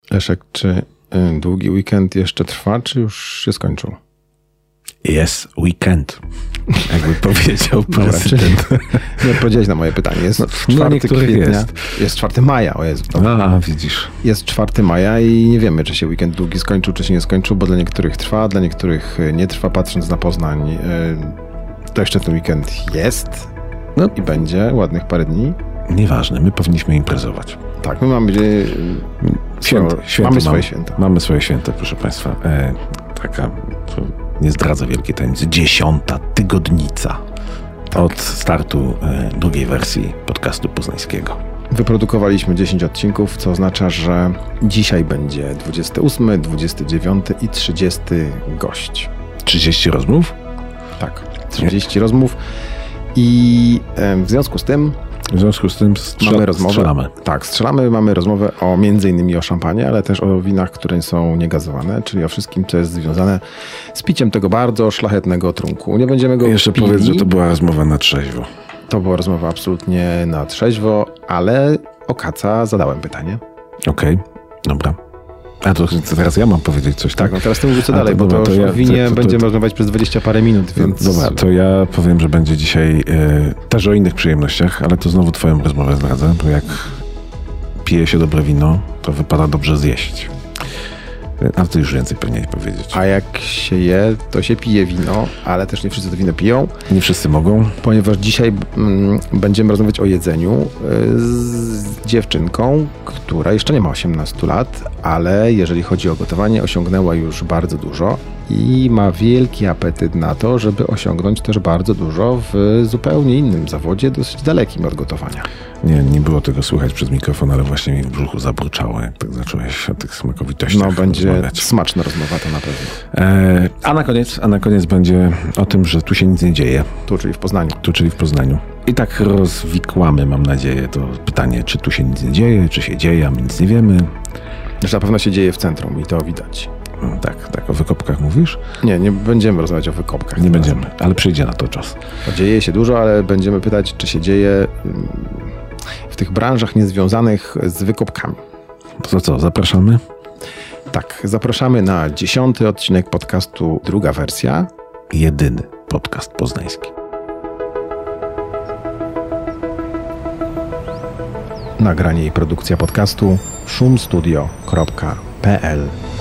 Leszek, czy długi weekend jeszcze trwa, czy już się skończył? Jest weekend, jakby powiedział prezydent. Nie odpowiedziałeś na moje pytanie. Jest 4 kwietnia. Jest 4 maja. O Jezu, widzisz. Jest 4 maja i nie wiemy, czy się weekend długi skończył, czy się nie skończył, bo dla niektórych trwa, dla niektórych nie trwa. Patrząc na Poznań, to jeszcze ten weekend jest i będzie ładnych parę dni. Nieważne, my powinniśmy imprezować. Tak, my mamy swoje święta. Mamy swoje święta, proszę Państwa. Nie zdradzę wielkiej tajemnicy. 10. tygodnica od startu drugiej wersji podcastu poznańskiego. Wyprodukowaliśmy 10 odcinków, co oznacza, że dzisiaj będzie 28, 29 i 30 gość. 30 rozmów? Tak, 30 rozmów i w związku z tym mamy rozmowę. Strzelamy. Tak, strzelamy. Mamy rozmowę między innymi o szampanie, ale też o winach, które są niegazowane, czyli o wszystkim, co jest związane z piciem tego bardzo szlachetnego trunku. Nie będziemy go Jeszcze pili. powiedz, że to była rozmowa na trzeźwo. To była rozmowa absolutnie na trzeźwo, ale o kaca zadałem pytanie. Okej, dobra. A to teraz ja mam powiedzieć coś, tak? No teraz ty mówisz co dalej, bo to już o winie będziemy rozmawiać przez 20 parę minut, więc... Dobra, to ja powiem, że będzie dzisiaj też o innych przyjemnościach, ale to znowu twoją rozmowę zdradzę, bo jak pije się dobre wino, to wypada dobrze zjeść. Ale to już więcej powinieneś powiedzieć. A jak się je, to się pije wino, ale też nie wszyscy to wino piją. Nie wszyscy mogą. Ponieważ dzisiaj będziemy rozmawiać o jedzeniu z dziewczynką, która jeszcze nie ma 18 lat, ale jeżeli chodzi o gotowanie, osiągnęła już bardzo dużo i ma wielki apetyt na to, żeby osiągnąć też bardzo dużo w zupełnie innym zawodzie, dosyć dalekim od gotowania. Nie było tego słychać przez mikrofon, ale właśnie mi w brzuchu zabruczało, jak tak zacząłeś o tych smakowitościach będzie rozmawiać. Smaczna rozmowa to na pewno. A na koniec będzie o tym, że tu się nic nie dzieje. Tu, czyli w Poznaniu. I tak rozwikłamy, mam nadzieję, to pytanie, czy tu się nic nie dzieje, czy się dzieje, a my nic nie wiemy. Na pewno się dzieje w centrum i to widać. Tak, o wykopkach mówisz? Nie będziemy rozmawiać o wykopkach. Nie będziemy, ale przyjdzie na to czas. Dzieje się dużo, ale będziemy pytać, czy się dzieje w tych branżach niezwiązanych z wykopkami. To co, zapraszamy? Tak, zapraszamy na 10. odcinek podcastu Druga Wersja. Jedyny podcast poznański. Nagranie i produkcja podcastu szumstudio.pl.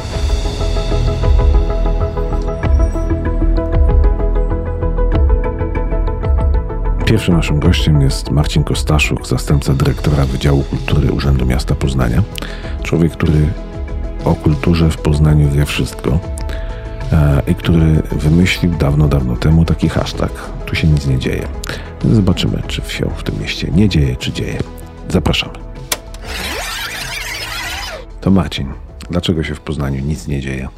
Pierwszym naszym gościem jest Marcin Kostaszuk, zastępca dyrektora Wydziału Kultury Urzędu Miasta Poznania. Człowiek, który o kulturze w Poznaniu wie wszystko i który wymyślił dawno temu taki hashtag "Tu się nic nie dzieje". Zobaczymy, czy się w tym mieście nie dzieje, czy dzieje. Zapraszamy. To Marcin, dlaczego się w Poznaniu nic nie dzieje?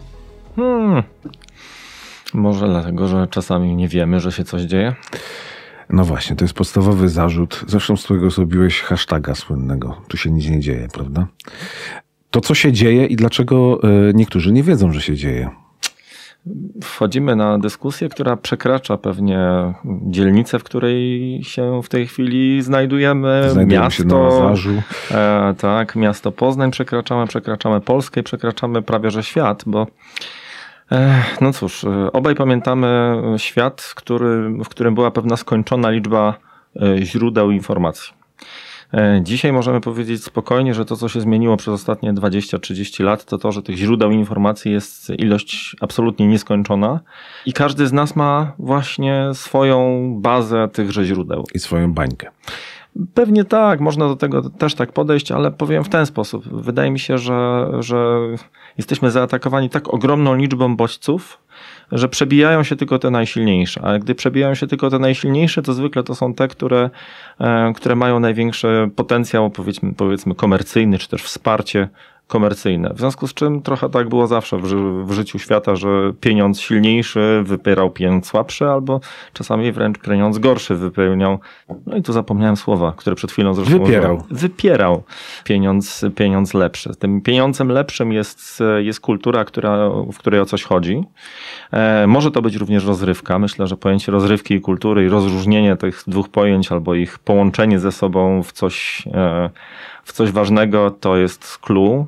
Może dlatego, że czasami nie wiemy, że się coś dzieje? No właśnie, to jest podstawowy zarzut. Zresztą z którego zrobiłeś hashtaga słynnego. Tu się nic nie dzieje, prawda? To co się dzieje i dlaczego niektórzy nie wiedzą, że się dzieje? Wchodzimy na dyskusję, która przekracza pewnie dzielnicę, w której się w tej chwili znajdujemy. Znajdujemy się na Łazarzu. Tak, miasto Poznań przekraczamy Polskę i przekraczamy prawie że świat, bo no cóż, obaj pamiętamy świat, w którym była pewna skończona liczba źródeł informacji. Dzisiaj możemy powiedzieć spokojnie, że to, co się zmieniło przez ostatnie 20-30 lat, to, że tych źródeł informacji jest ilość absolutnie nieskończona i każdy z nas ma właśnie swoją bazę tychże źródeł. I swoją bańkę. Pewnie tak, można do tego też tak podejść, ale powiem w ten sposób. Wydaje mi się, że jesteśmy zaatakowani tak ogromną liczbą bodźców, że przebijają się tylko te najsilniejsze. A gdy przebijają się tylko te najsilniejsze, to zwykle to są te, które mają największy potencjał, powiedzmy komercyjny, czy też wsparcie komercyjne. W związku z czym trochę tak było zawsze w życiu świata, że pieniądz silniejszy wypierał pieniądz słabszy, albo czasami wręcz pieniądz gorszy wypełniał. No i tu zapomniałem słowa, które przed chwilą zresztą wypierał pieniądz lepszy. Tym pieniądzem lepszym jest kultura, w której o coś chodzi. Może to być również rozrywka. Myślę, że pojęcie rozrywki i kultury i rozróżnienie tych dwóch pojęć albo ich połączenie ze sobą w coś ważnego to jest clue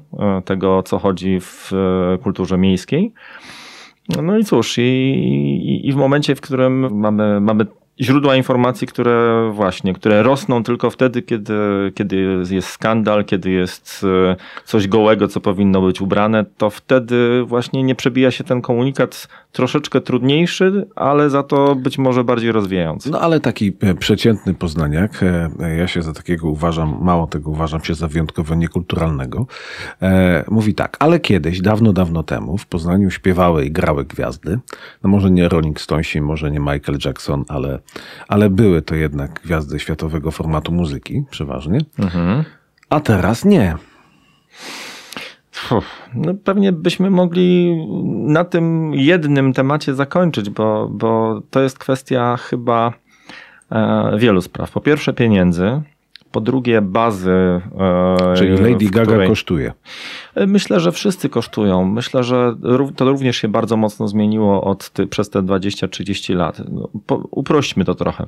tego, o co chodzi w kulturze miejskiej. No i cóż, i w momencie, w którym mamy źródła informacji, które rosną tylko wtedy, kiedy jest skandal, kiedy jest coś gołego, co powinno być ubrane, to wtedy właśnie nie przebija się ten komunikat troszeczkę trudniejszy, ale za to być może bardziej rozwijający. No ale taki przeciętny poznaniak, ja się za takiego uważam, mało tego uważam się za wyjątkowo niekulturalnego, mówi tak, ale kiedyś, dawno, dawno temu w Poznaniu śpiewały i grały gwiazdy, no może nie Rolling Stonesi, może nie Michael Jackson, ale były to jednak gwiazdy światowego formatu muzyki, przeważnie. A teraz nie. No pewnie byśmy mogli na tym jednym temacie zakończyć, bo to jest kwestia chyba wielu spraw. Po pierwsze pieniędzy, po drugie bazy. Czyli Lady Gaga kosztuje. Myślę, że wszyscy kosztują. Myślę, że to również się bardzo mocno zmieniło przez te 20-30 lat. Uprośćmy to trochę.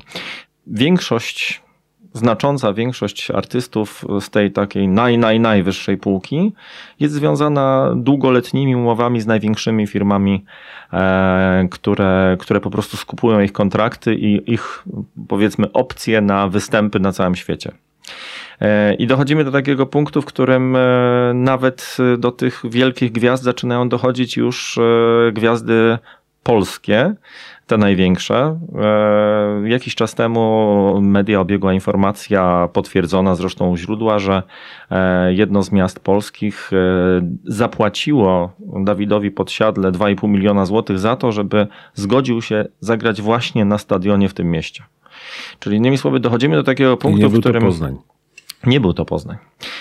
Znacząca większość artystów z tej takiej najwyższej półki jest związana długoletnimi umowami z największymi firmami, które po prostu skupują ich kontrakty i ich, powiedzmy, opcje na występy na całym świecie. I dochodzimy do takiego punktu, w którym nawet do tych wielkich gwiazd zaczynają dochodzić już gwiazdy polskie, te największe. Jakiś czas temu media obiegła informacja potwierdzona zresztą u źródła, że jedno z miast polskich zapłaciło Dawidowi Podsiadle 2,5 miliona złotych za to, żeby zgodził się zagrać właśnie na stadionie w tym mieście. Czyli innymi słowy dochodzimy do takiego punktu, w którym... Nie był to Poznań.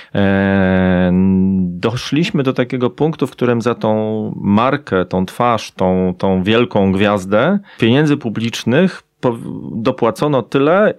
Doszliśmy do takiego punktu, w którym za tą markę, tą twarz, tą wielką gwiazdę pieniędzy publicznych dopłacono tyle,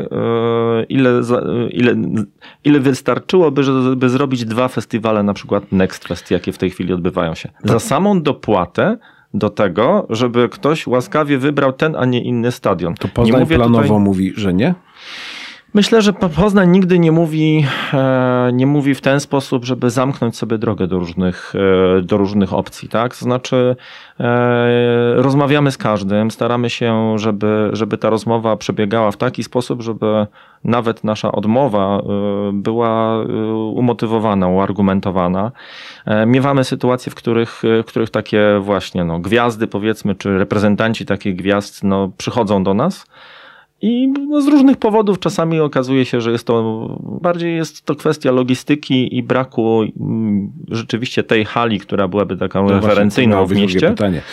ile wystarczyłoby, żeby zrobić 2 festiwale, na przykład Next Fest, jakie w tej chwili odbywają się. Za samą dopłatę do tego, żeby ktoś łaskawie wybrał ten, a nie inny stadion. To Poznań planowo mówi, że nie? Myślę, że Poznań nigdy nie mówi w ten sposób, żeby zamknąć sobie drogę do różnych opcji, tak? To znaczy rozmawiamy z każdym, staramy się, żeby ta rozmowa przebiegała w taki sposób, żeby nawet nasza odmowa była umotywowana, uargumentowana. Miewamy sytuacje, w których takie właśnie gwiazdy, powiedzmy, czy reprezentanci takich gwiazd przychodzą do nas. I z różnych powodów czasami okazuje się, że jest to kwestia logistyki i braku rzeczywiście tej hali, która byłaby taką referencyjną w mieście.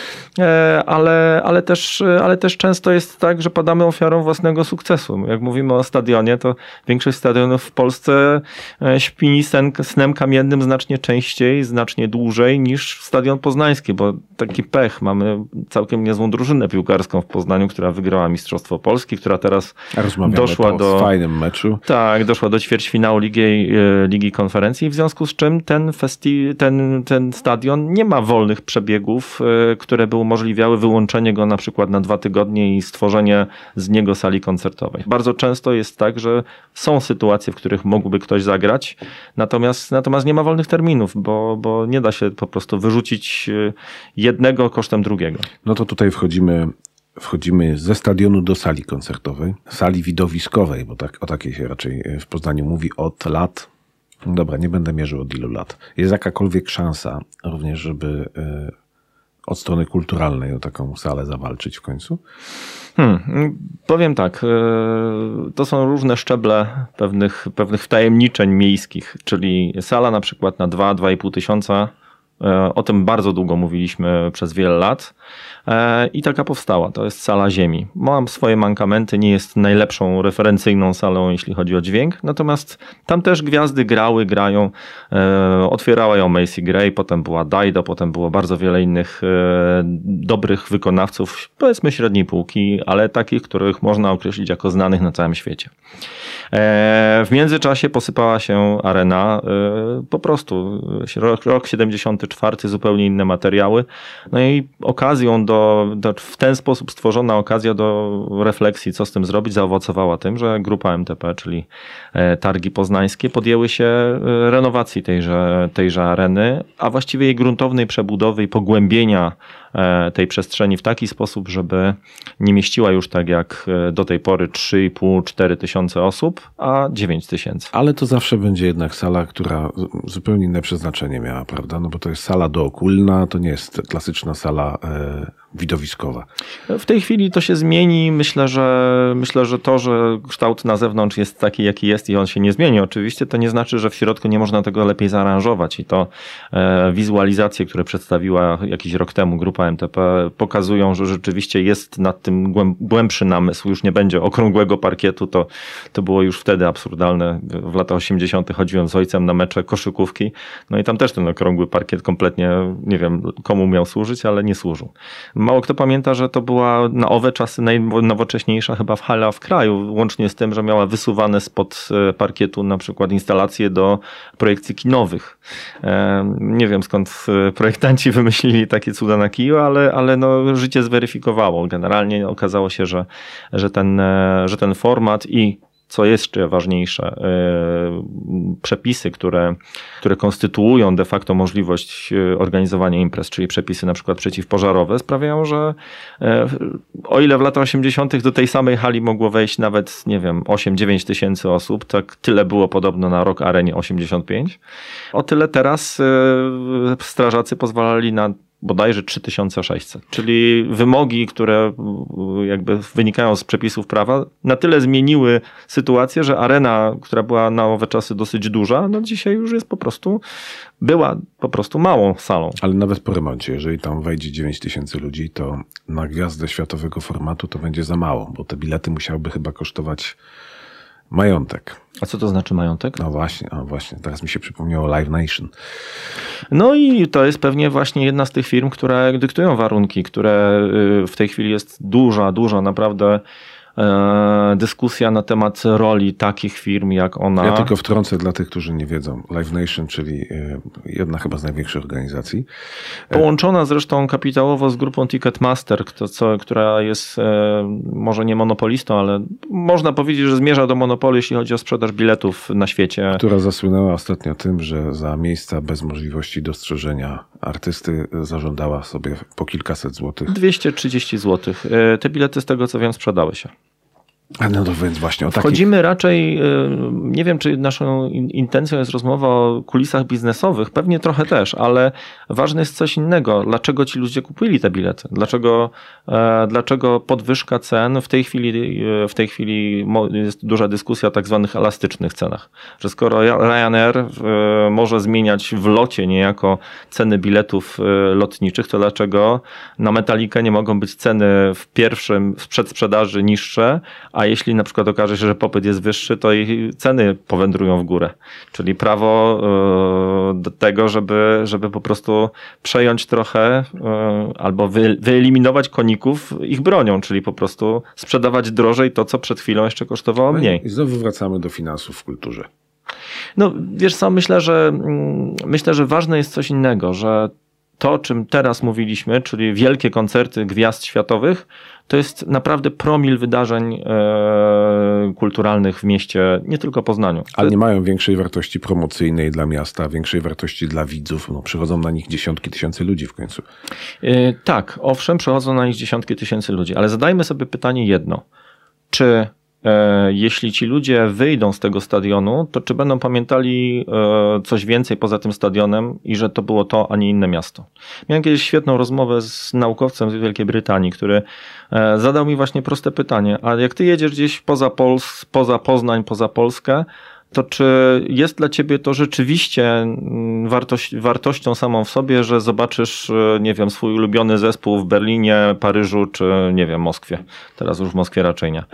Ale też często jest tak, że padamy ofiarą własnego sukcesu. Jak mówimy o stadionie, to większość stadionów w Polsce śpi snem kamiennym znacznie częściej, znacznie dłużej niż stadion poznański, bo taki pech. Mamy całkiem niezłą drużynę piłkarską w Poznaniu, która wygrała Mistrzostwo Polski, która teraz doszła do fajnym meczu. Tak, doszła do ćwierćfinału Ligi Konferencji, w związku z czym ten stadion nie ma wolnych przebiegów, które by umożliwiały wyłączenie go na przykład na 2 tygodnie i stworzenie z niego sali koncertowej. Bardzo często jest tak, że są sytuacje, w których mógłby ktoś zagrać, natomiast nie ma wolnych terminów, bo nie da się po prostu wyrzucić jednego kosztem drugiego. No to tutaj wchodzimy ze stadionu do sali koncertowej, sali widowiskowej, bo o takiej się raczej w Poznaniu mówi od lat. Dobra, nie będę mierzył od ilu lat. Jest jakakolwiek szansa również, żeby od strony kulturalnej o taką salę zawalczyć w końcu? Powiem tak, to są różne szczeble pewnych wtajemniczeń miejskich, czyli sala na przykład na 2-2,5 tysiąca. O tym bardzo długo mówiliśmy przez wiele lat i taka powstała. To jest sala Ziemi. Mam swoje mankamenty, nie jest najlepszą referencyjną salą, jeśli chodzi o dźwięk, natomiast tam też gwiazdy grają. Otwierała ją Macy Gray, potem była Dido, potem było bardzo wiele innych dobrych wykonawców, powiedzmy średniej półki, ale takich, których można określić jako znanych na całym świecie. W międzyczasie posypała się arena, po prostu rok 74, zupełnie inne materiały. No i okazją w ten sposób stworzona okazja do refleksji, co z tym zrobić, zaowocowała tym, że grupa MTP, czyli Targi Poznańskie, podjęły się renowacji tejże areny, a właściwie jej gruntownej przebudowy i pogłębienia tej przestrzeni w taki sposób, żeby nie mieściła już tak jak do tej pory 3,5-4 tysiące osób, a 9 tysięcy. Ale to zawsze będzie jednak sala, która zupełnie inne przeznaczenie miała, prawda? No bo to jest sala dookulna, to nie jest klasyczna sala widowiskowa. W tej chwili to się zmieni. Myślę, że to, że kształt na zewnątrz jest taki, jaki jest i on się nie zmieni oczywiście, to nie znaczy, że w środku nie można tego lepiej zaaranżować i to wizualizacje, które przedstawiła jakiś rok temu grupa MTP, pokazują, że rzeczywiście jest nad tym głębszy namysł. Już nie będzie okrągłego parkietu, to było już wtedy absurdalne. W latach 80. chodziłem z ojcem na mecze koszykówki, no i tam też ten okrągły parkiet kompletnie, nie wiem komu miał służyć, ale nie służył. Mało kto pamięta, że to była na owe czasy najnowocześniejsza chyba hala w kraju, łącznie z tym, że miała wysuwane spod parkietu na przykład instalacje do projekcji kinowych. Nie wiem skąd projektanci wymyślili takie cuda na kiju, ale no, życie zweryfikowało. Generalnie okazało się, że ten format i co jeszcze ważniejsze, przepisy, które konstytuują de facto możliwość organizowania imprez, czyli przepisy na przykład przeciwpożarowe, sprawiają, że o ile w latach 80. do tej samej hali mogło wejść nawet, nie wiem, 8-9 tysięcy osób, tak tyle było podobno na Rock Arenie 85, o tyle teraz strażacy pozwalali na bodajże 3600, czyli wymogi, które jakby wynikają z przepisów prawa, na tyle zmieniły sytuację, że arena, która była na owe czasy dosyć duża, no dzisiaj już jest była po prostu małą salą. Ale nawet po remoncie, jeżeli tam wejdzie 9 tysięcy ludzi, to na gwiazdę światowego formatu to będzie za mało, bo te bilety musiałyby chyba kosztować majątek. A co to znaczy majątek? No właśnie, teraz mi się przypomniało Live Nation. No i to jest pewnie właśnie jedna z tych firm, które dyktują warunki, które w tej chwili jest duża, naprawdę dyskusja na temat roli takich firm jak ona. Ja tylko wtrącę dla tych, którzy nie wiedzą. Live Nation, czyli jedna chyba z największych organizacji. Połączona zresztą kapitałowo z grupą Ticketmaster, która jest może nie monopolistą, ale można powiedzieć, że zmierza do monopolu, jeśli chodzi o sprzedaż biletów na świecie. Która zasłynęła ostatnio tym, że za miejsca bez możliwości dostrzeżenia artysty zażądała sobie po kilkaset złotych. 230 zł. Te bilety z tego co wiem sprzedały się. No to więc właśnie o takich... Wchodzimy raczej, nie wiem czy naszą intencją jest rozmowa o kulisach biznesowych, pewnie trochę też, ale ważne jest coś innego. Dlaczego ci ludzie kupili te bilety? Dlaczego podwyżka cen? W tej chwili jest duża dyskusja o tak zwanych elastycznych cenach. Że skoro Ryanair może zmieniać w locie niejako ceny biletów lotniczych, to dlaczego na Metallicę nie mogą być ceny w przedsprzedaży niższe, a jeśli na przykład okaże się, że popyt jest wyższy, to ich ceny powędrują w górę. Czyli prawo do tego, żeby po prostu przejąć trochę albo wyeliminować koników ich bronią, czyli po prostu sprzedawać drożej to, co przed chwilą jeszcze kosztowało mniej. I znowu wracamy do finansów w kulturze. No wiesz co, myślę, że ważne jest coś innego, że to, o czym teraz mówiliśmy, czyli wielkie koncerty gwiazd światowych, to jest naprawdę promil wydarzeń kulturalnych w mieście, nie tylko Poznaniu. Ale nie mają większej wartości promocyjnej dla miasta, większej wartości dla widzów. No, przychodzą na nich dziesiątki tysięcy ludzi w końcu. Tak, owszem, przychodzą na nich dziesiątki tysięcy ludzi, ale zadajmy sobie pytanie jedno. Czy jeśli ci ludzie wyjdą z tego stadionu, to czy będą pamiętali coś więcej poza tym stadionem i że to było to, a nie inne miasto? Miałem kiedyś świetną rozmowę z naukowcem z Wielkiej Brytanii, który zadał mi właśnie proste pytanie, a jak ty jedziesz gdzieś poza Poznań, poza Polskę, to czy jest dla ciebie to rzeczywiście wartością samą w sobie, że zobaczysz, nie wiem, swój ulubiony zespół w Berlinie, Paryżu, czy nie wiem, Moskwie. Teraz już w Moskwie raczej nie.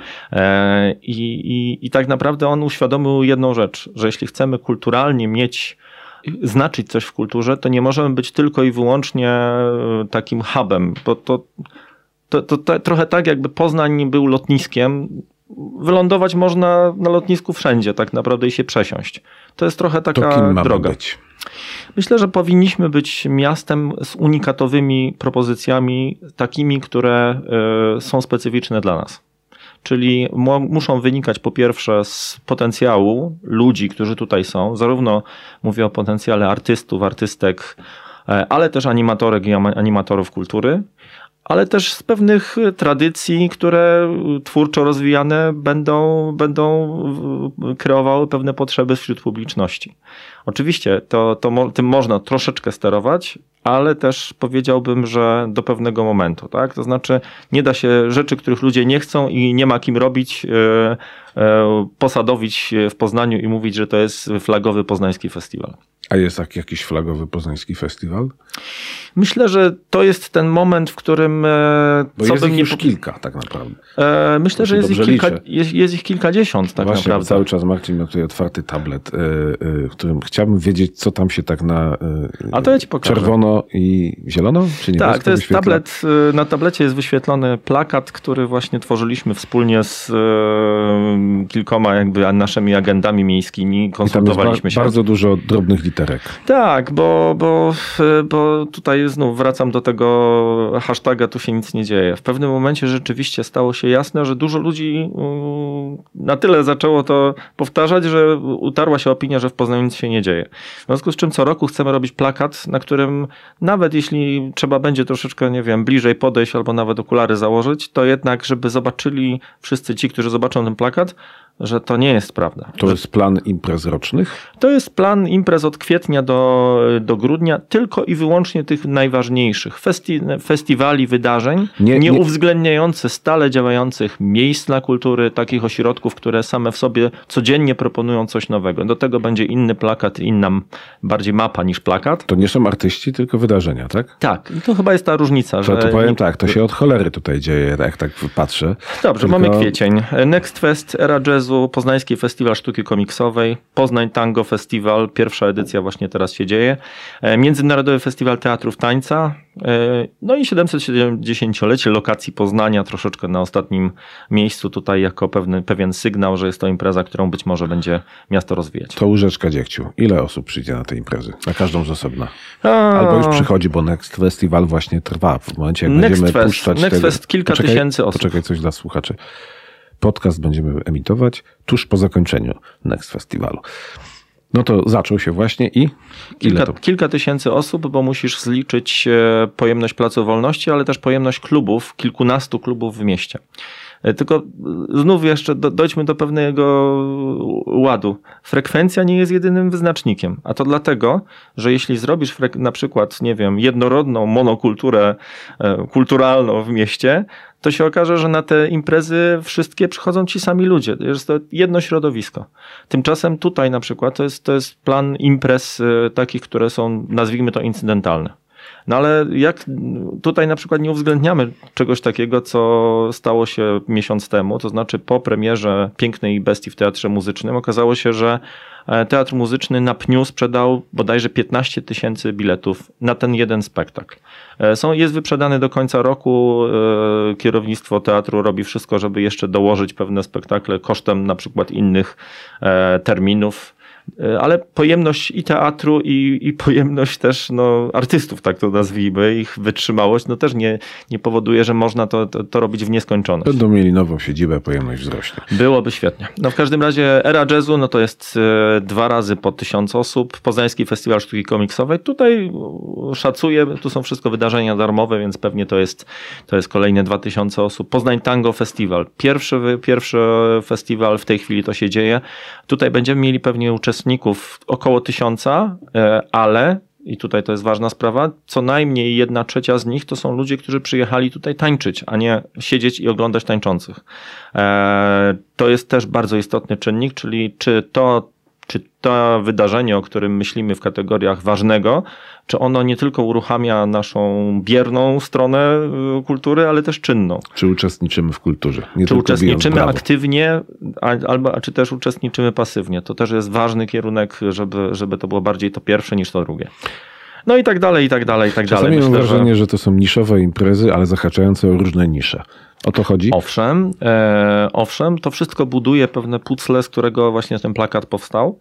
I tak naprawdę on uświadomił jedną rzecz, że jeśli chcemy kulturalnie znaczyć coś w kulturze, to nie możemy być tylko i wyłącznie takim hubem, bo to trochę tak, jakby Poznań był lotniskiem, wylądować można na lotnisku wszędzie tak naprawdę i się przesiąść. To jest trochę taka to kim mamy droga. Być? Myślę, że powinniśmy być miastem z unikatowymi propozycjami, takimi, które są specyficzne dla nas. Czyli muszą wynikać po pierwsze z potencjału ludzi, którzy tutaj są, zarówno mówię o potencjale artystów, artystek, ale też animatorek i animatorów kultury, ale też z pewnych tradycji, które twórczo rozwijane będą kreowały pewne potrzeby wśród publiczności. Oczywiście tym można troszeczkę sterować, ale też powiedziałbym, że do pewnego momentu. Tak? To znaczy nie da się rzeczy, których ludzie nie chcą i nie ma kim robić, posadowić w Poznaniu i mówić, że to jest flagowy poznański festiwal. A jest jakiś flagowy poznański festiwal? Myślę, że to jest ten moment, w którym... Bo jest ich już kilka tak naprawdę. Myślę, że jest ich kilkadziesiąt tak Właśnie, naprawdę. Cały czas Marcin ma tutaj otwarty tablet, w którym chciałbym wiedzieć, co tam się tak na A to ja ci pokażę. Czerwono i zielono? Czy nie? Tak, to jest tablet. Na tablecie jest wyświetlony plakat, który właśnie tworzyliśmy wspólnie z kilkoma jakby naszymi agendami miejskimi. Konsultowaliśmy się. Bardzo dużo drobnych literek. Tak, bo tutaj znów wracam do tego hashtaga tu się nic nie dzieje. W pewnym momencie rzeczywiście stało się jasne, że dużo ludzi na tyle zaczęło to powtarzać, że utarła się opinia, że w Poznaniu nic się nie dzieje. W związku z czym co roku chcemy robić plakat, na którym nawet jeśli trzeba będzie troszeczkę, nie wiem, bliżej podejść albo nawet okulary założyć, to jednak, żeby zobaczyli wszyscy ci, którzy zobaczą ten plakat, że to nie jest prawda. To jest plan imprez rocznych? To jest plan imprez od kwietnia do grudnia, tylko i wyłącznie tych najważniejszych festiwali, wydarzeń, nie uwzględniające stale działających miejsc dla kultury, takich ośrodków, które same w sobie codziennie proponują coś nowego. Do tego będzie inny plakat, inna bardziej mapa niż plakat. To nie są artyści, tylko wydarzenia, tak? Tak, i to chyba jest ta różnica. To powiem tak, to się od cholery tutaj dzieje, jak tak patrzę. Dobrze, mamy kwiecień. Next Fest, Era Jazzu, Poznański Festiwal Sztuki Komiksowej, Poznań Tango Festiwal, pierwsza edycja właśnie teraz się dzieje, Międzynarodowy Festiwal Teatrów Tańca, no i 770-lecie lokacji Poznania, troszeczkę na ostatnim miejscu tutaj jako pewien sygnał, że jest to impreza, którą być może będzie miasto rozwijać. To łyżeczka dziegciu. Ile osób przyjdzie na te imprezy? Na każdą z osobna. Albo już przychodzi, bo Next Festival właśnie trwa. W momencie, jak będziemy puszczać... Next Fest kilka tysięcy osób. Poczekaj, coś dla słuchaczy. Podcast będziemy emitować tuż po zakończeniu Next Festiwalu. No to zaczął się właśnie i kilka tysięcy osób, bo musisz zliczyć pojemność Placu Wolności, ale też pojemność klubów, kilkunastu klubów w mieście. Tylko znów jeszcze dojdźmy do pewnego ładu. Frekwencja nie jest jedynym wyznacznikiem, a to dlatego, że jeśli zrobisz na przykład, nie wiem, jednorodną monokulturę kulturalną w mieście, to się okaże, że na te imprezy wszystkie przychodzą ci sami ludzie. Jest to jedno środowisko. Tymczasem tutaj na przykład to jest plan imprez takich, które są, nazwijmy to, incydentalne. No ale jak tutaj na przykład nie uwzględniamy czegoś takiego, co stało się miesiąc temu, to znaczy po premierze Pięknej Bestii w Teatrze Muzycznym okazało się, że Teatr Muzyczny na pniu sprzedał bodajże 15 000 biletów na ten jeden spektakl. Jest wyprzedany do końca roku. Kierownictwo teatru robi wszystko, żeby jeszcze dołożyć pewne spektakle kosztem na przykład innych terminów. Ale pojemność i teatru, i pojemność też artystów, tak to nazwijmy, ich wytrzymałość, też nie powoduje, że można to robić w nieskończoność. Będą mieli nową siedzibę, pojemność wzrośnie. Byłoby świetnie. W każdym razie Era Jazzu, to jest 2 razy po 1000 osób. Poznański Festiwal Sztuki Komiksowej. Tutaj szacuję, tu są wszystko wydarzenia darmowe, więc pewnie to jest kolejne 2000 osób. Poznań Tango Festiwal. Pierwszy festiwal, w tej chwili to się dzieje. Tutaj będziemy mieli pewnie uczestników około 1000, ale, i tutaj to jest ważna sprawa, co najmniej 1/3 z nich to są ludzie, którzy przyjechali tutaj tańczyć, a nie siedzieć i oglądać tańczących. To jest też bardzo istotny czynnik, czyli czy to wydarzenie, o którym myślimy w kategoriach ważnego, czy ono nie tylko uruchamia naszą bierną stronę kultury, ale też czynną. Czy uczestniczymy w kulturze? Czy uczestniczymy aktywnie, czy też uczestniczymy pasywnie. To też jest ważny kierunek, żeby to było bardziej to pierwsze niż to drugie. No i tak dalej, i tak dalej, i tak dalej. Czasami mam wrażenie, że to są niszowe imprezy, ale zahaczające o różne nisze. O to chodzi? Owszem, to wszystko buduje pewne puzzle, z którego właśnie ten plakat powstał.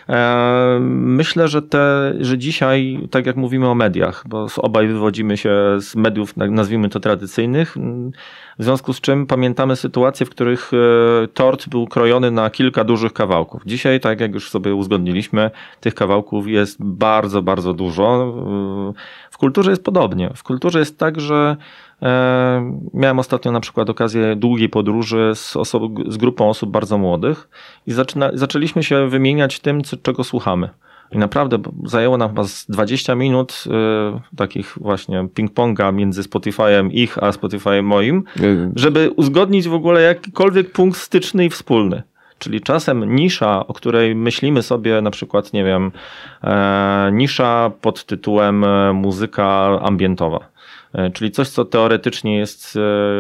Myślę, że dzisiaj, tak jak mówimy o mediach, bo obaj wywodzimy się z mediów, nazwijmy to tradycyjnych, w związku z czym pamiętamy sytuacje, w których tort był krojony na kilka dużych kawałków. Dzisiaj, tak jak już sobie uzgodniliśmy, tych kawałków jest bardzo, bardzo dużo. W kulturze jest podobnie. W kulturze jest tak, że miałem ostatnio na przykład okazję długiej podróży z grupą osób bardzo młodych i zaczęliśmy się wymieniać tym, czego słuchamy. I naprawdę zajęło nam chyba 20 minut takich właśnie ping-ponga między Spotify'em ich a Spotify'em moim, żeby uzgodnić w ogóle jakikolwiek punkt styczny i wspólny. Czyli czasem nisza, o której myślimy sobie, na przykład, nie wiem, nisza pod tytułem muzyka ambientowa. Czyli coś, co teoretycznie jest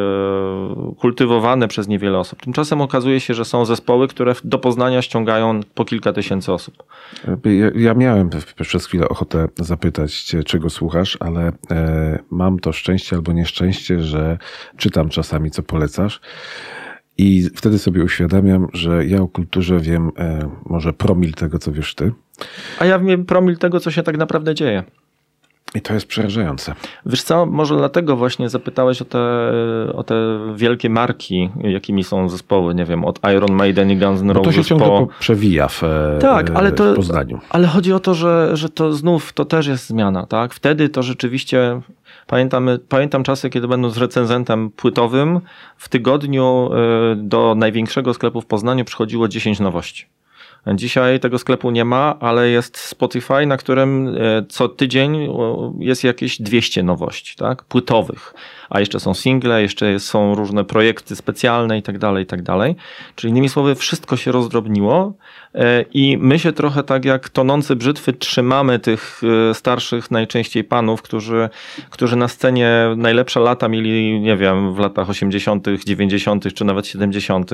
kultywowane przez niewiele osób. Tymczasem okazuje się, że są zespoły, które do Poznania ściągają po kilka tysięcy osób. Ja miałem przez chwilę ochotę zapytać, czego słuchasz, ale mam to szczęście albo nieszczęście, że czytam czasami, co polecasz. I wtedy sobie uświadamiam, że ja o kulturze wiem może promil tego, co wiesz ty. A ja wiem promil tego, co się tak naprawdę dzieje. I to jest przerażające. Wiesz co, może dlatego właśnie zapytałeś o te wielkie marki, jakimi są zespoły, nie wiem, od Iron Maiden i Guns N' Roses. To się ciągle przewija w Poznaniu. Ale chodzi o to, że to znów to też jest zmiana, tak? Wtedy to rzeczywiście pamiętam czasy, kiedy będąc recenzentem płytowym, w tygodniu do największego sklepu w Poznaniu przychodziło 10 nowości. Dzisiaj tego sklepu nie ma, ale jest Spotify, na którym co tydzień jest jakieś 200 nowości, tak? Płytowych. A jeszcze są single, jeszcze są różne projekty specjalne i tak dalej, i tak dalej. Czyli innymi słowy, wszystko się rozdrobniło i my się trochę tak jak tonący brzytwy trzymamy tych starszych najczęściej panów, którzy na scenie najlepsze lata mieli, nie wiem, w latach 80., 90. czy nawet 70.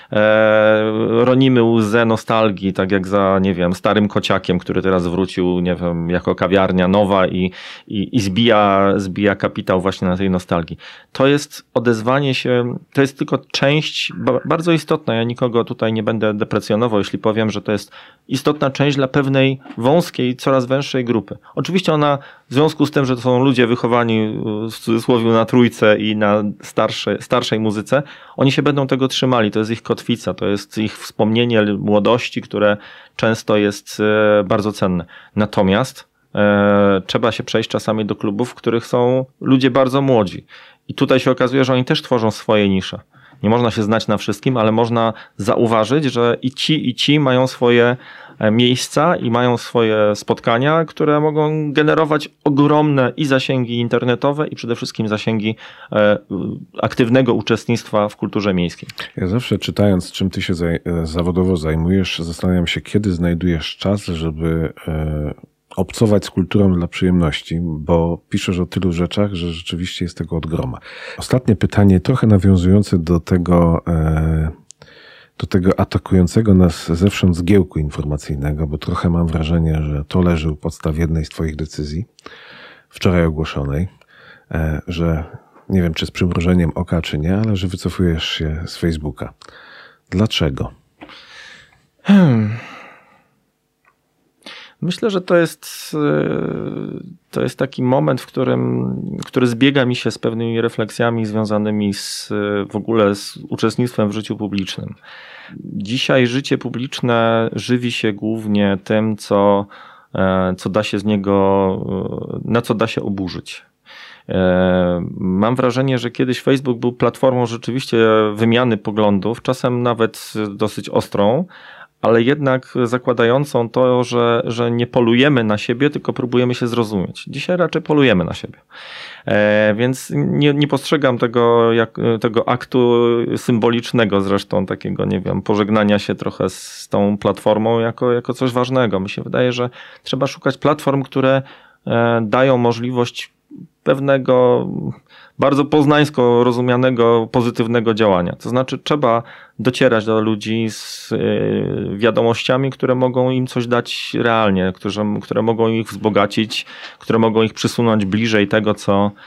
Ronimy łzę nostalgii, tak jak za, nie wiem, starym kociakiem, który teraz wrócił, nie wiem, jako kawiarnia nowa i zbija kapitał właśnie na tej nostalgii. To jest odezwanie się, to jest tylko część bardzo istotna. Ja nikogo tutaj nie będę deprecjonował, jeśli powiem, że to jest istotna część dla pewnej wąskiej, coraz węższej grupy. Oczywiście ona w związku z tym, że to są ludzie wychowani w cudzysłowie na trójce i na starszej muzyce, oni się będą tego trzymali. To jest ich kotwica, to jest ich wspomnienie młodości, które często jest bardzo cenne. Natomiast trzeba się przejść czasami do klubów, w których są ludzie bardzo młodzi. I tutaj się okazuje, że oni też tworzą swoje nisze. Nie można się znać na wszystkim, ale można zauważyć, że i ci mają swoje miejsca i mają swoje spotkania, które mogą generować ogromne i zasięgi internetowe i przede wszystkim zasięgi aktywnego uczestnictwa w kulturze miejskiej. Ja zawsze czytając, czym ty się zawodowo zajmujesz, zastanawiam się, kiedy znajdujesz czas, żeby obcować z kulturą dla przyjemności, bo piszesz o tylu rzeczach, że rzeczywiście jest tego od groma. Ostatnie pytanie, trochę nawiązujące do tego atakującego nas zewsząd zgiełku informacyjnego, bo trochę mam wrażenie, że to leży u podstaw jednej z twoich decyzji, wczoraj ogłoszonej, że nie wiem, czy z przymrużeniem oka, czy nie, ale że wycofujesz się z Facebooka. Dlaczego? Myślę, że to jest taki moment, który zbiega mi się z pewnymi refleksjami związanymi w ogóle z uczestnictwem w życiu publicznym. Dzisiaj życie publiczne żywi się głównie tym, co da się z niego, na co da się oburzyć. Mam wrażenie, że kiedyś Facebook był platformą rzeczywiście wymiany poglądów, czasem nawet dosyć ostrą, ale jednak zakładającą to, że nie polujemy na siebie, tylko próbujemy się zrozumieć. Dzisiaj raczej polujemy na siebie. Więc nie postrzegam tego aktu symbolicznego zresztą, takiego, nie wiem, pożegnania się trochę z tą platformą jako coś ważnego. Mi się wydaje, że trzeba szukać platform, które dają możliwość pewnego bardzo poznańsko rozumianego pozytywnego działania. To znaczy trzeba docierać do ludzi z wiadomościami, które mogą im coś dać realnie, które mogą ich wzbogacić, które mogą ich przysunąć bliżej tego,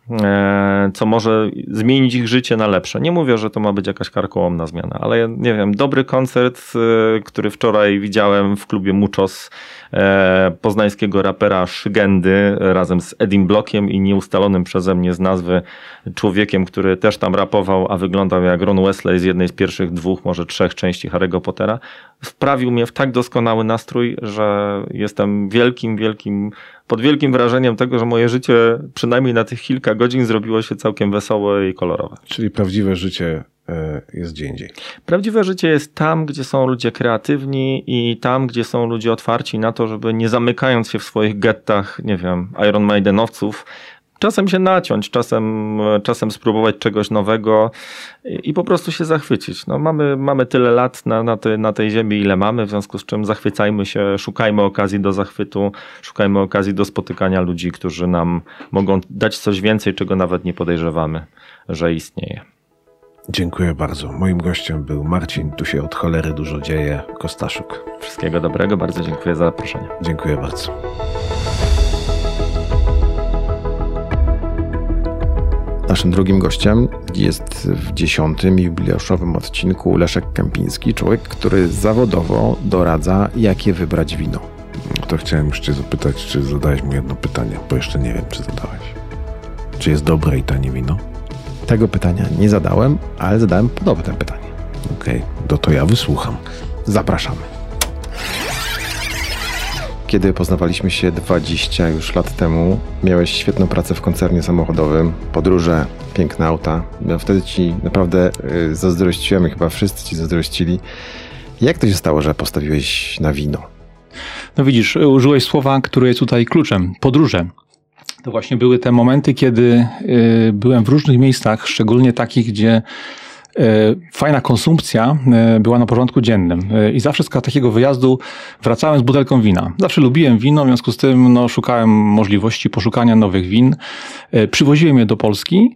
co może zmienić ich życie na lepsze. Nie mówię, że to ma być jakaś karkołomna zmiana, ale nie wiem, dobry koncert, który wczoraj widziałem w klubie Muchos poznańskiego rapera Szygendy razem z Edim Blockiem i nieustalonym przeze mnie z nazwy człowiekiem, który też tam rapował, a wyglądał jak Ron Weasley z jednej z pierwszych 2, może 3 części Harry'ego Pottera. Wprawił mnie w tak doskonały nastrój, że jestem pod wielkim wrażeniem tego, że moje życie przynajmniej na tych kilka godzin zrobiło się całkiem wesołe i kolorowe. Czyli prawdziwe życie jest gdzie indziej. Prawdziwe życie jest tam, gdzie są ludzie kreatywni i tam, gdzie są ludzie otwarci na to, żeby nie zamykając się w swoich gettach, nie wiem, Iron Maidenowców, czasem się naciąć, czasem spróbować czegoś nowego i po prostu się zachwycić. No, mamy tyle lat na tej ziemi, ile mamy, w związku z czym zachwycajmy się, szukajmy okazji do zachwytu, szukajmy okazji do spotykania ludzi, którzy nam mogą dać coś więcej, czego nawet nie podejrzewamy, że istnieje. Dziękuję bardzo. Moim gościem był Marcin, tu się od cholery dużo dzieje, Kostaszuk. Wszystkiego dobrego, bardzo dziękuję za zaproszenie. Dziękuję bardzo. Naszym drugim gościem jest w 10. jubileuszowym odcinku Leszek Kępiński, człowiek, który zawodowo doradza, jakie wybrać wino. To chciałem już cię zapytać, czy zadałeś mu jedno pytanie, bo jeszcze nie wiem, czy zadałeś. Czy jest dobre i tanie wino? Tego pytania nie zadałem, ale zadałem podobne pytanie. Okej, to ja wysłucham. Zapraszamy. Kiedy poznawaliśmy się 20 już lat temu, miałeś świetną pracę w koncernie samochodowym, podróże, piękne auta. Ja wtedy ci naprawdę zazdrościłem i chyba wszyscy ci zazdrościli. Jak to się stało, że postawiłeś na wino? No widzisz, użyłeś słowa, które jest tutaj kluczem. Podróże. To właśnie były te momenty, kiedy byłem w różnych miejscach, szczególnie takich, gdzie fajna konsumpcja była na porządku dziennym. I zawsze z takiego wyjazdu wracałem z butelką wina. Zawsze lubiłem wino, w związku z tym szukałem możliwości poszukania nowych win. Przywoziłem je do Polski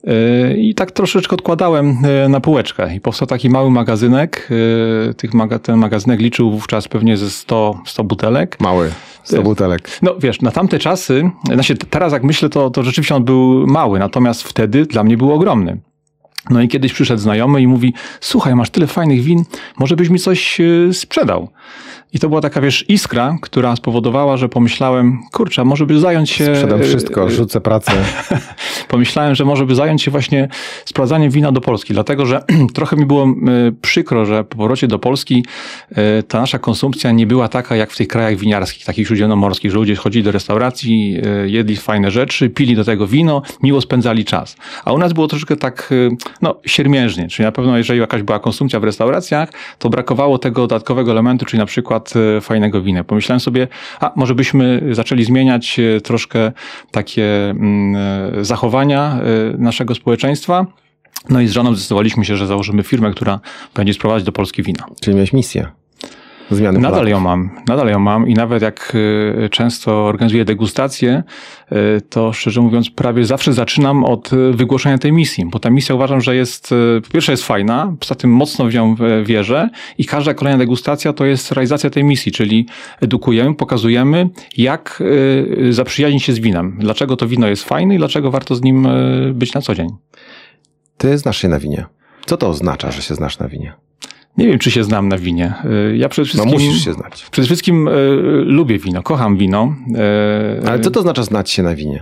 i tak troszeczkę odkładałem na półeczkę. I powstał taki mały magazynek. Ten magazynek liczył wówczas pewnie ze 100 butelek. Mały. 100 butelek. No wiesz, na tamte czasy, teraz jak myślę, to rzeczywiście on był mały, natomiast wtedy dla mnie był ogromny. No i kiedyś przyszedł znajomy i mówi: słuchaj, masz tyle fajnych win, może byś mi coś sprzedał. I to była taka, iskra, która spowodowała, że pomyślałem, kurczę, może by zająć się... Sprzedam wszystko, rzucę pracę. Pomyślałem, że może by zająć się właśnie sprowadzaniem wina do Polski, dlatego że trochę mi było przykro, że po powrocie do Polski ta nasza konsumpcja nie była taka jak w tych krajach winiarskich, takich śródziemnomorskich, że ludzie chodzili do restauracji, jedli fajne rzeczy, pili do tego wino, miło spędzali czas. A u nas było troszeczkę tak, siermiężnie, czyli na pewno jeżeli jakaś była konsumpcja w restauracjach, to brakowało tego dodatkowego elementu, czyli na przykład fajnego wina. Pomyślałem sobie, może byśmy zaczęli zmieniać troszkę takie zachowania naszego społeczeństwa. No i z żoną zdecydowaliśmy się, że założymy firmę, która będzie sprowadzać do Polski wina. Czyli miałeś misję zmiany Polaków. Nadal ją mam i nawet jak często organizuję degustacje, to szczerze mówiąc prawie zawsze zaczynam od wygłoszenia tej misji, bo ta misja uważam, że jest, po pierwsze jest fajna, poza tym mocno w nią wierzę i każda kolejna degustacja to jest realizacja tej misji, czyli edukujemy, pokazujemy, jak zaprzyjaźnić się z winem, dlaczego to wino jest fajne i dlaczego warto z nim być na co dzień. Ty znasz się na winie. Co to oznacza, że się znasz na winie? Nie wiem, czy się znam na winie. Ja przede wszystkim... No musisz się znać. Przede wszystkim lubię wino, kocham wino. Ale co to oznacza znać się na winie?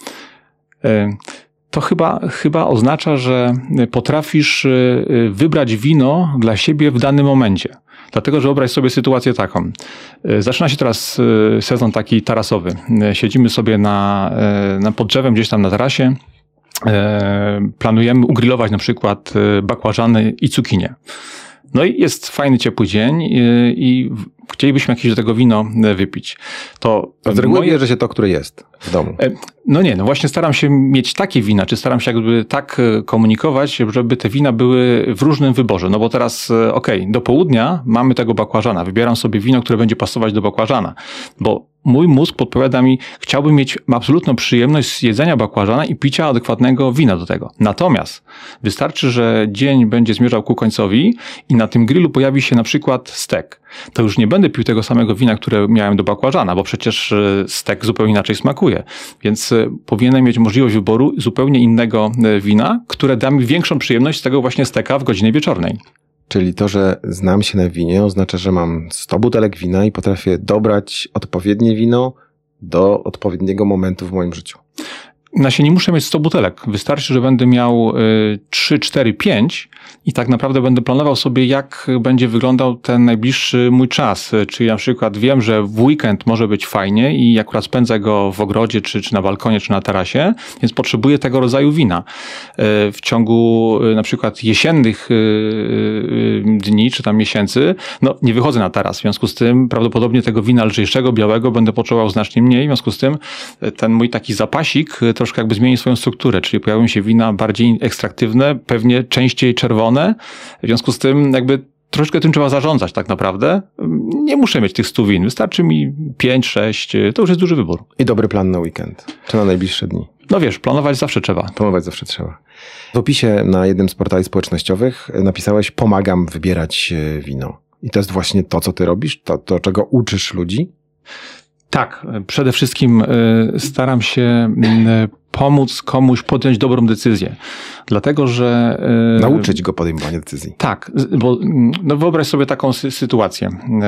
To chyba oznacza, że potrafisz wybrać wino dla siebie w danym momencie. Dlatego, że wyobraź sobie sytuację taką. Zaczyna się teraz sezon taki tarasowy. Siedzimy sobie pod drzewem gdzieś tam na tarasie. Planujemy ugrillować na przykład bakłażany i cukinie. No i jest fajny, ciepły dzień i chcielibyśmy jakieś do tego wino wypić. To z reguły bierze się to, które jest w domu. No właśnie staram się mieć takie wina, czy staram się jakby tak komunikować, żeby te wina były w różnym wyborze. No bo teraz, do południa mamy tego bakłażana. Wybieram sobie wino, które będzie pasować do bakłażana. Bo mój mózg podpowiada mi, chciałbym mieć absolutną przyjemność z jedzenia bakłażana i picia adekwatnego wina do tego. Natomiast wystarczy, że dzień będzie zmierzał ku końcowi i na tym grillu pojawi się na przykład stek. To już nie będę pił tego samego wina, które miałem do bakłażana, bo przecież stek zupełnie inaczej smakuje. Więc powinienem mieć możliwość wyboru zupełnie innego wina, które da mi większą przyjemność z tego właśnie steka w godzinie wieczornej. Czyli to, że znam się na winie, oznacza, że mam 100 butelek wina i potrafię dobrać odpowiednie wino do odpowiedniego momentu w moim życiu. Nie muszę mieć 100 butelek. Wystarczy, że będę miał 3, 4, 5 i tak naprawdę będę planował sobie, jak będzie wyglądał ten najbliższy mój czas. Czyli na przykład wiem, że w weekend może być fajnie i akurat spędzę go w ogrodzie, czy na balkonie, czy na tarasie, więc potrzebuję tego rodzaju wina. W ciągu na przykład jesiennych dni, czy tam miesięcy, no nie wychodzę na taras. W związku z tym prawdopodobnie tego wina lżejszego, białego będę potrzebował znacznie mniej. W związku z tym ten mój taki zapasik troszkę jakby zmieni swoją strukturę, czyli pojawią się wina bardziej ekstraktywne, pewnie częściej czerwone. W związku z tym jakby troszkę tym trzeba zarządzać tak naprawdę. Nie muszę mieć tych 100 win, wystarczy mi 5, 6, to już jest duży wybór. I dobry plan na weekend, czy na najbliższe dni. No wiesz, planować zawsze trzeba. Planować zawsze trzeba. W opisie na jednym z portali społecznościowych napisałeś: pomagam wybierać wino. I to jest właśnie to, co ty robisz? To czego uczysz ludzi? Tak, przede wszystkim staram się pomóc komuś podjąć dobrą decyzję. Dlatego, że... Nauczyć go podejmowania decyzji. Tak, bo no wyobraź sobie taką sytuację.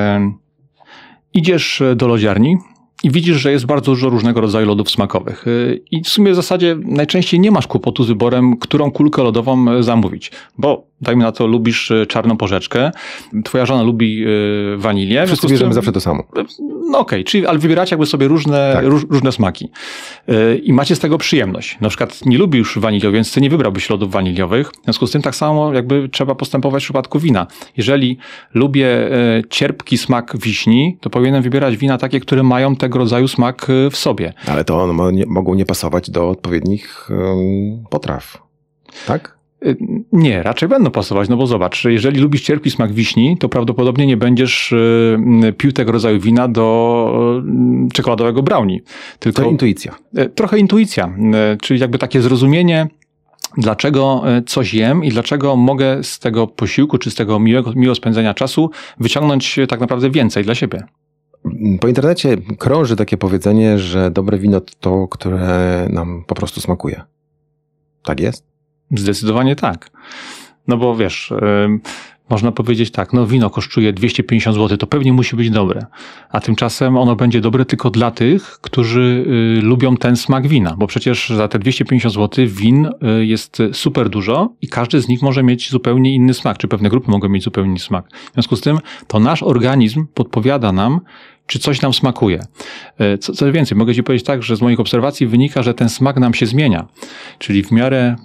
Idziesz do lodziarni i widzisz, że jest bardzo dużo różnego rodzaju lodów smakowych. I w sumie w zasadzie najczęściej nie masz kłopotu z wyborem, którą kulkę lodową zamówić. Bo dajmy na to, lubisz czarną porzeczkę, twoja żona lubi wanilię. Wszyscy bierzemy zawsze to samo. No okej, czyli ale wybieracie jakby sobie różne smaki. I macie z tego przyjemność. Na przykład nie lubisz wanilio, więc ty nie wybrałbyś lodów waniliowych. W związku z tym tak samo jakby trzeba postępować w przypadku wina. Jeżeli lubię cierpki smak wiśni, to powinienem wybierać wina takie, które mają tego rodzaju smak w sobie. Ale to one mogą nie pasować do odpowiednich potraw. Tak? Nie, raczej będą pasować, no bo zobacz, jeżeli lubisz cierpki smak wiśni, to prawdopodobnie nie będziesz pił tego rodzaju wina do czekoladowego brownie. Tylko to intuicja. Trochę intuicja, czyli jakby takie zrozumienie, dlaczego coś jem i dlaczego mogę z tego posiłku, czy z tego miłego spędzenia czasu wyciągnąć tak naprawdę więcej dla siebie. Po internecie krąży takie powiedzenie, że dobre wino to to, które nam po prostu smakuje. Tak jest? Zdecydowanie tak. No bo wiesz, można powiedzieć tak, no wino kosztuje 250 zł, to pewnie musi być dobre. A tymczasem ono będzie dobre tylko dla tych, którzy lubią ten smak wina. Bo przecież za te 250 zł win jest super dużo i każdy z nich może mieć zupełnie inny smak, czy pewne grupy mogą mieć zupełnie inny smak. W związku z tym to nasz organizm podpowiada nam, czy coś nam smakuje. Co więcej, mogę ci powiedzieć tak, że z moich obserwacji wynika, że ten smak nam się zmienia. Czyli w miarę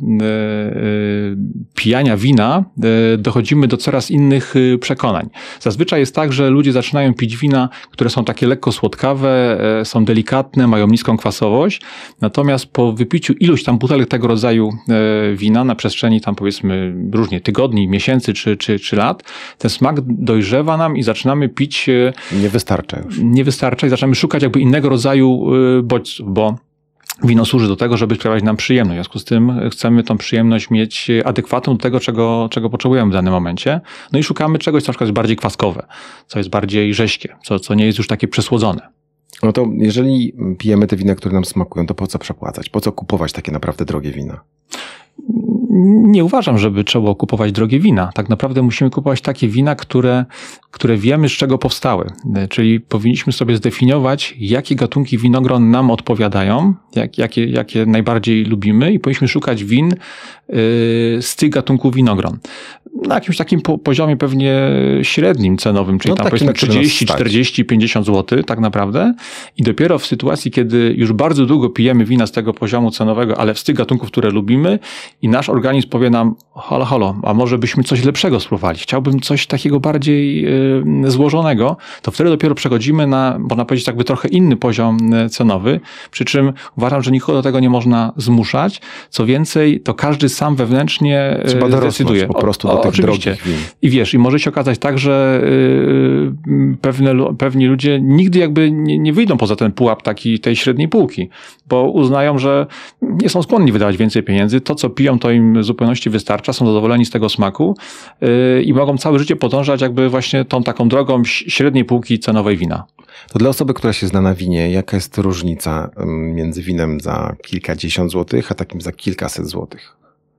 pijania wina dochodzimy do coraz innych przekonań. Zazwyczaj jest tak, że ludzie zaczynają pić wina, które są takie lekko słodkawe, są delikatne, mają niską kwasowość. Natomiast po wypiciu iluś tam butelek tego rodzaju wina na przestrzeni tam powiedzmy różnie tygodni, miesięcy czy lat, ten smak dojrzewa nam i zaczynamy pić... Nie wystarcza już. Nie wystarcza i zaczynamy szukać jakby innego rodzaju bodźców, bo wino służy do tego, żeby sprawiać nam przyjemność. W związku z tym chcemy tą przyjemność mieć adekwatną do tego, czego potrzebujemy w danym momencie. No i szukamy czegoś, co na przykład jest bardziej kwaskowe, co jest bardziej rześkie, co nie jest już takie przesłodzone. No to jeżeli pijemy te wina, które nam smakują, to po co przepłacać? Po co kupować takie naprawdę drogie wina? Nie uważam, żeby trzeba było kupować drogie wina. Tak naprawdę musimy kupować takie wina, które wiemy, z czego powstały. Czyli powinniśmy sobie zdefiniować, jakie gatunki winogron nam odpowiadają, jakie najbardziej lubimy i powinniśmy szukać win z tych gatunków winogron. Na jakimś takim poziomie pewnie średnim cenowym, czyli tam powiedzmy 30, 40, 50 zł tak naprawdę. I dopiero w sytuacji, kiedy już bardzo długo pijemy wina z tego poziomu cenowego, ale z tych gatunków, które lubimy i nasz organizm powie nam, halo, a może byśmy coś lepszego spróbowali, chciałbym coś takiego bardziej złożonego, to wtedy dopiero przechodzimy na, można powiedzieć, jakby trochę inny poziom cenowy, przy czym uważam, że nikogo do tego nie można zmuszać. Co więcej, to każdy sam wewnętrznie zdecyduje. Po prostu tych oczywiście. drogich win. I wiesz, i może się okazać tak, że pewni ludzie nigdy jakby nie wyjdą poza ten pułap tej średniej półki, bo uznają, że nie są skłonni wydawać więcej pieniędzy. To, co piją, to im w zupełności wystarcza, są zadowoleni z tego smaku i mogą całe życie podążać jakby właśnie tą taką drogą średniej półki cenowej wina. To dla osoby, która się zna na winie, jaka jest różnica między winem za kilkadziesiąt złotych, a takim za kilkaset złotych?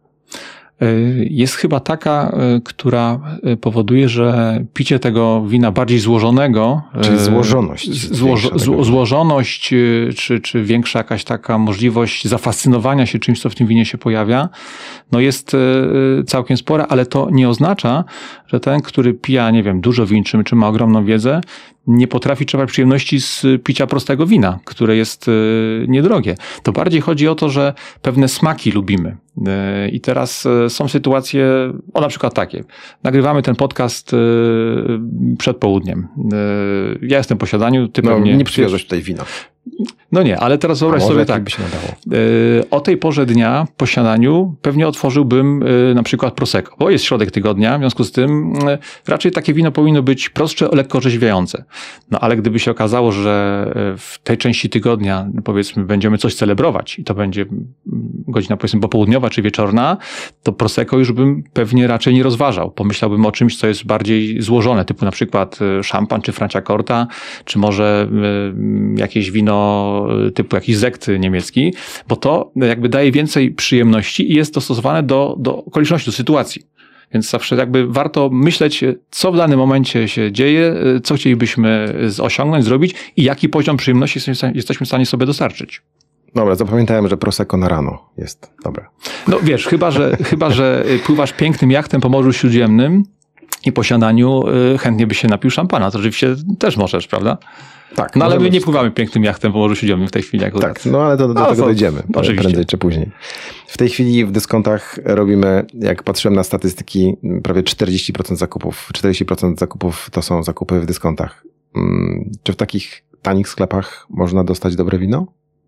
Jest chyba taka, która powoduje, że picie tego wina bardziej złożonego... Czyli złożoność. Złożoność, czy większa jakaś taka możliwość zafascynowania się czymś, co w tym winie się pojawia, no jest całkiem spora, ale to nie oznacza, że ten, który pija, nie wiem, dużo win, czy ma ogromną wiedzę, nie potrafi czerpać przyjemności z picia prostego wina, które jest niedrogie. To bardziej chodzi o to, że pewne smaki lubimy. I teraz są sytuacje, na przykład takie. Nagrywamy ten podcast przed południem. Ja jestem po siadaniu, ty pewnie... Nie przywiozłeś tutaj wina. No nie, ale teraz wyobraź sobie tak. By się nadało. O tej porze dnia po śniadaniu pewnie otworzyłbym na przykład Prosecco, bo jest środek tygodnia, w związku z tym raczej takie wino powinno być prostsze, lekko orzeźwiające. No ale gdyby się okazało, że w tej części tygodnia, powiedzmy, będziemy coś celebrować i to będzie godzina, powiedzmy, popołudniowa czy wieczorna, to Prosecco już bym pewnie raczej nie rozważał. Pomyślałbym o czymś, co jest bardziej złożone, typu na przykład szampan czy Franciacorta, czy może jakieś wino typu jakiś sekt niemiecki, bo to jakby daje więcej przyjemności i jest dostosowane do okoliczności, do sytuacji. Więc zawsze jakby warto myśleć, co w danym momencie się dzieje, co chcielibyśmy osiągnąć, zrobić i jaki poziom przyjemności jesteśmy w stanie sobie dostarczyć. Dobra, zapamiętałem, że Prosecco na rano jest dobre. No wiesz, chyba że pływasz pięknym jachtem po Morzu Śródziemnym i po śniadaniu chętnie byś się napił szampana. To oczywiście też możesz, prawda? Tak. No ale my nie pływamy pięknym jachtem po Morzu Śródziemnym w tej chwili. Tak, no ale do tego dojdziemy. Oczywiście. Prędzej czy później. W tej chwili w dyskontach robimy, jak patrzyłem na statystyki, prawie 40% zakupów. 40% zakupów to są zakupy w dyskontach. Czy w takich tanich sklepach można dostać dobre wino?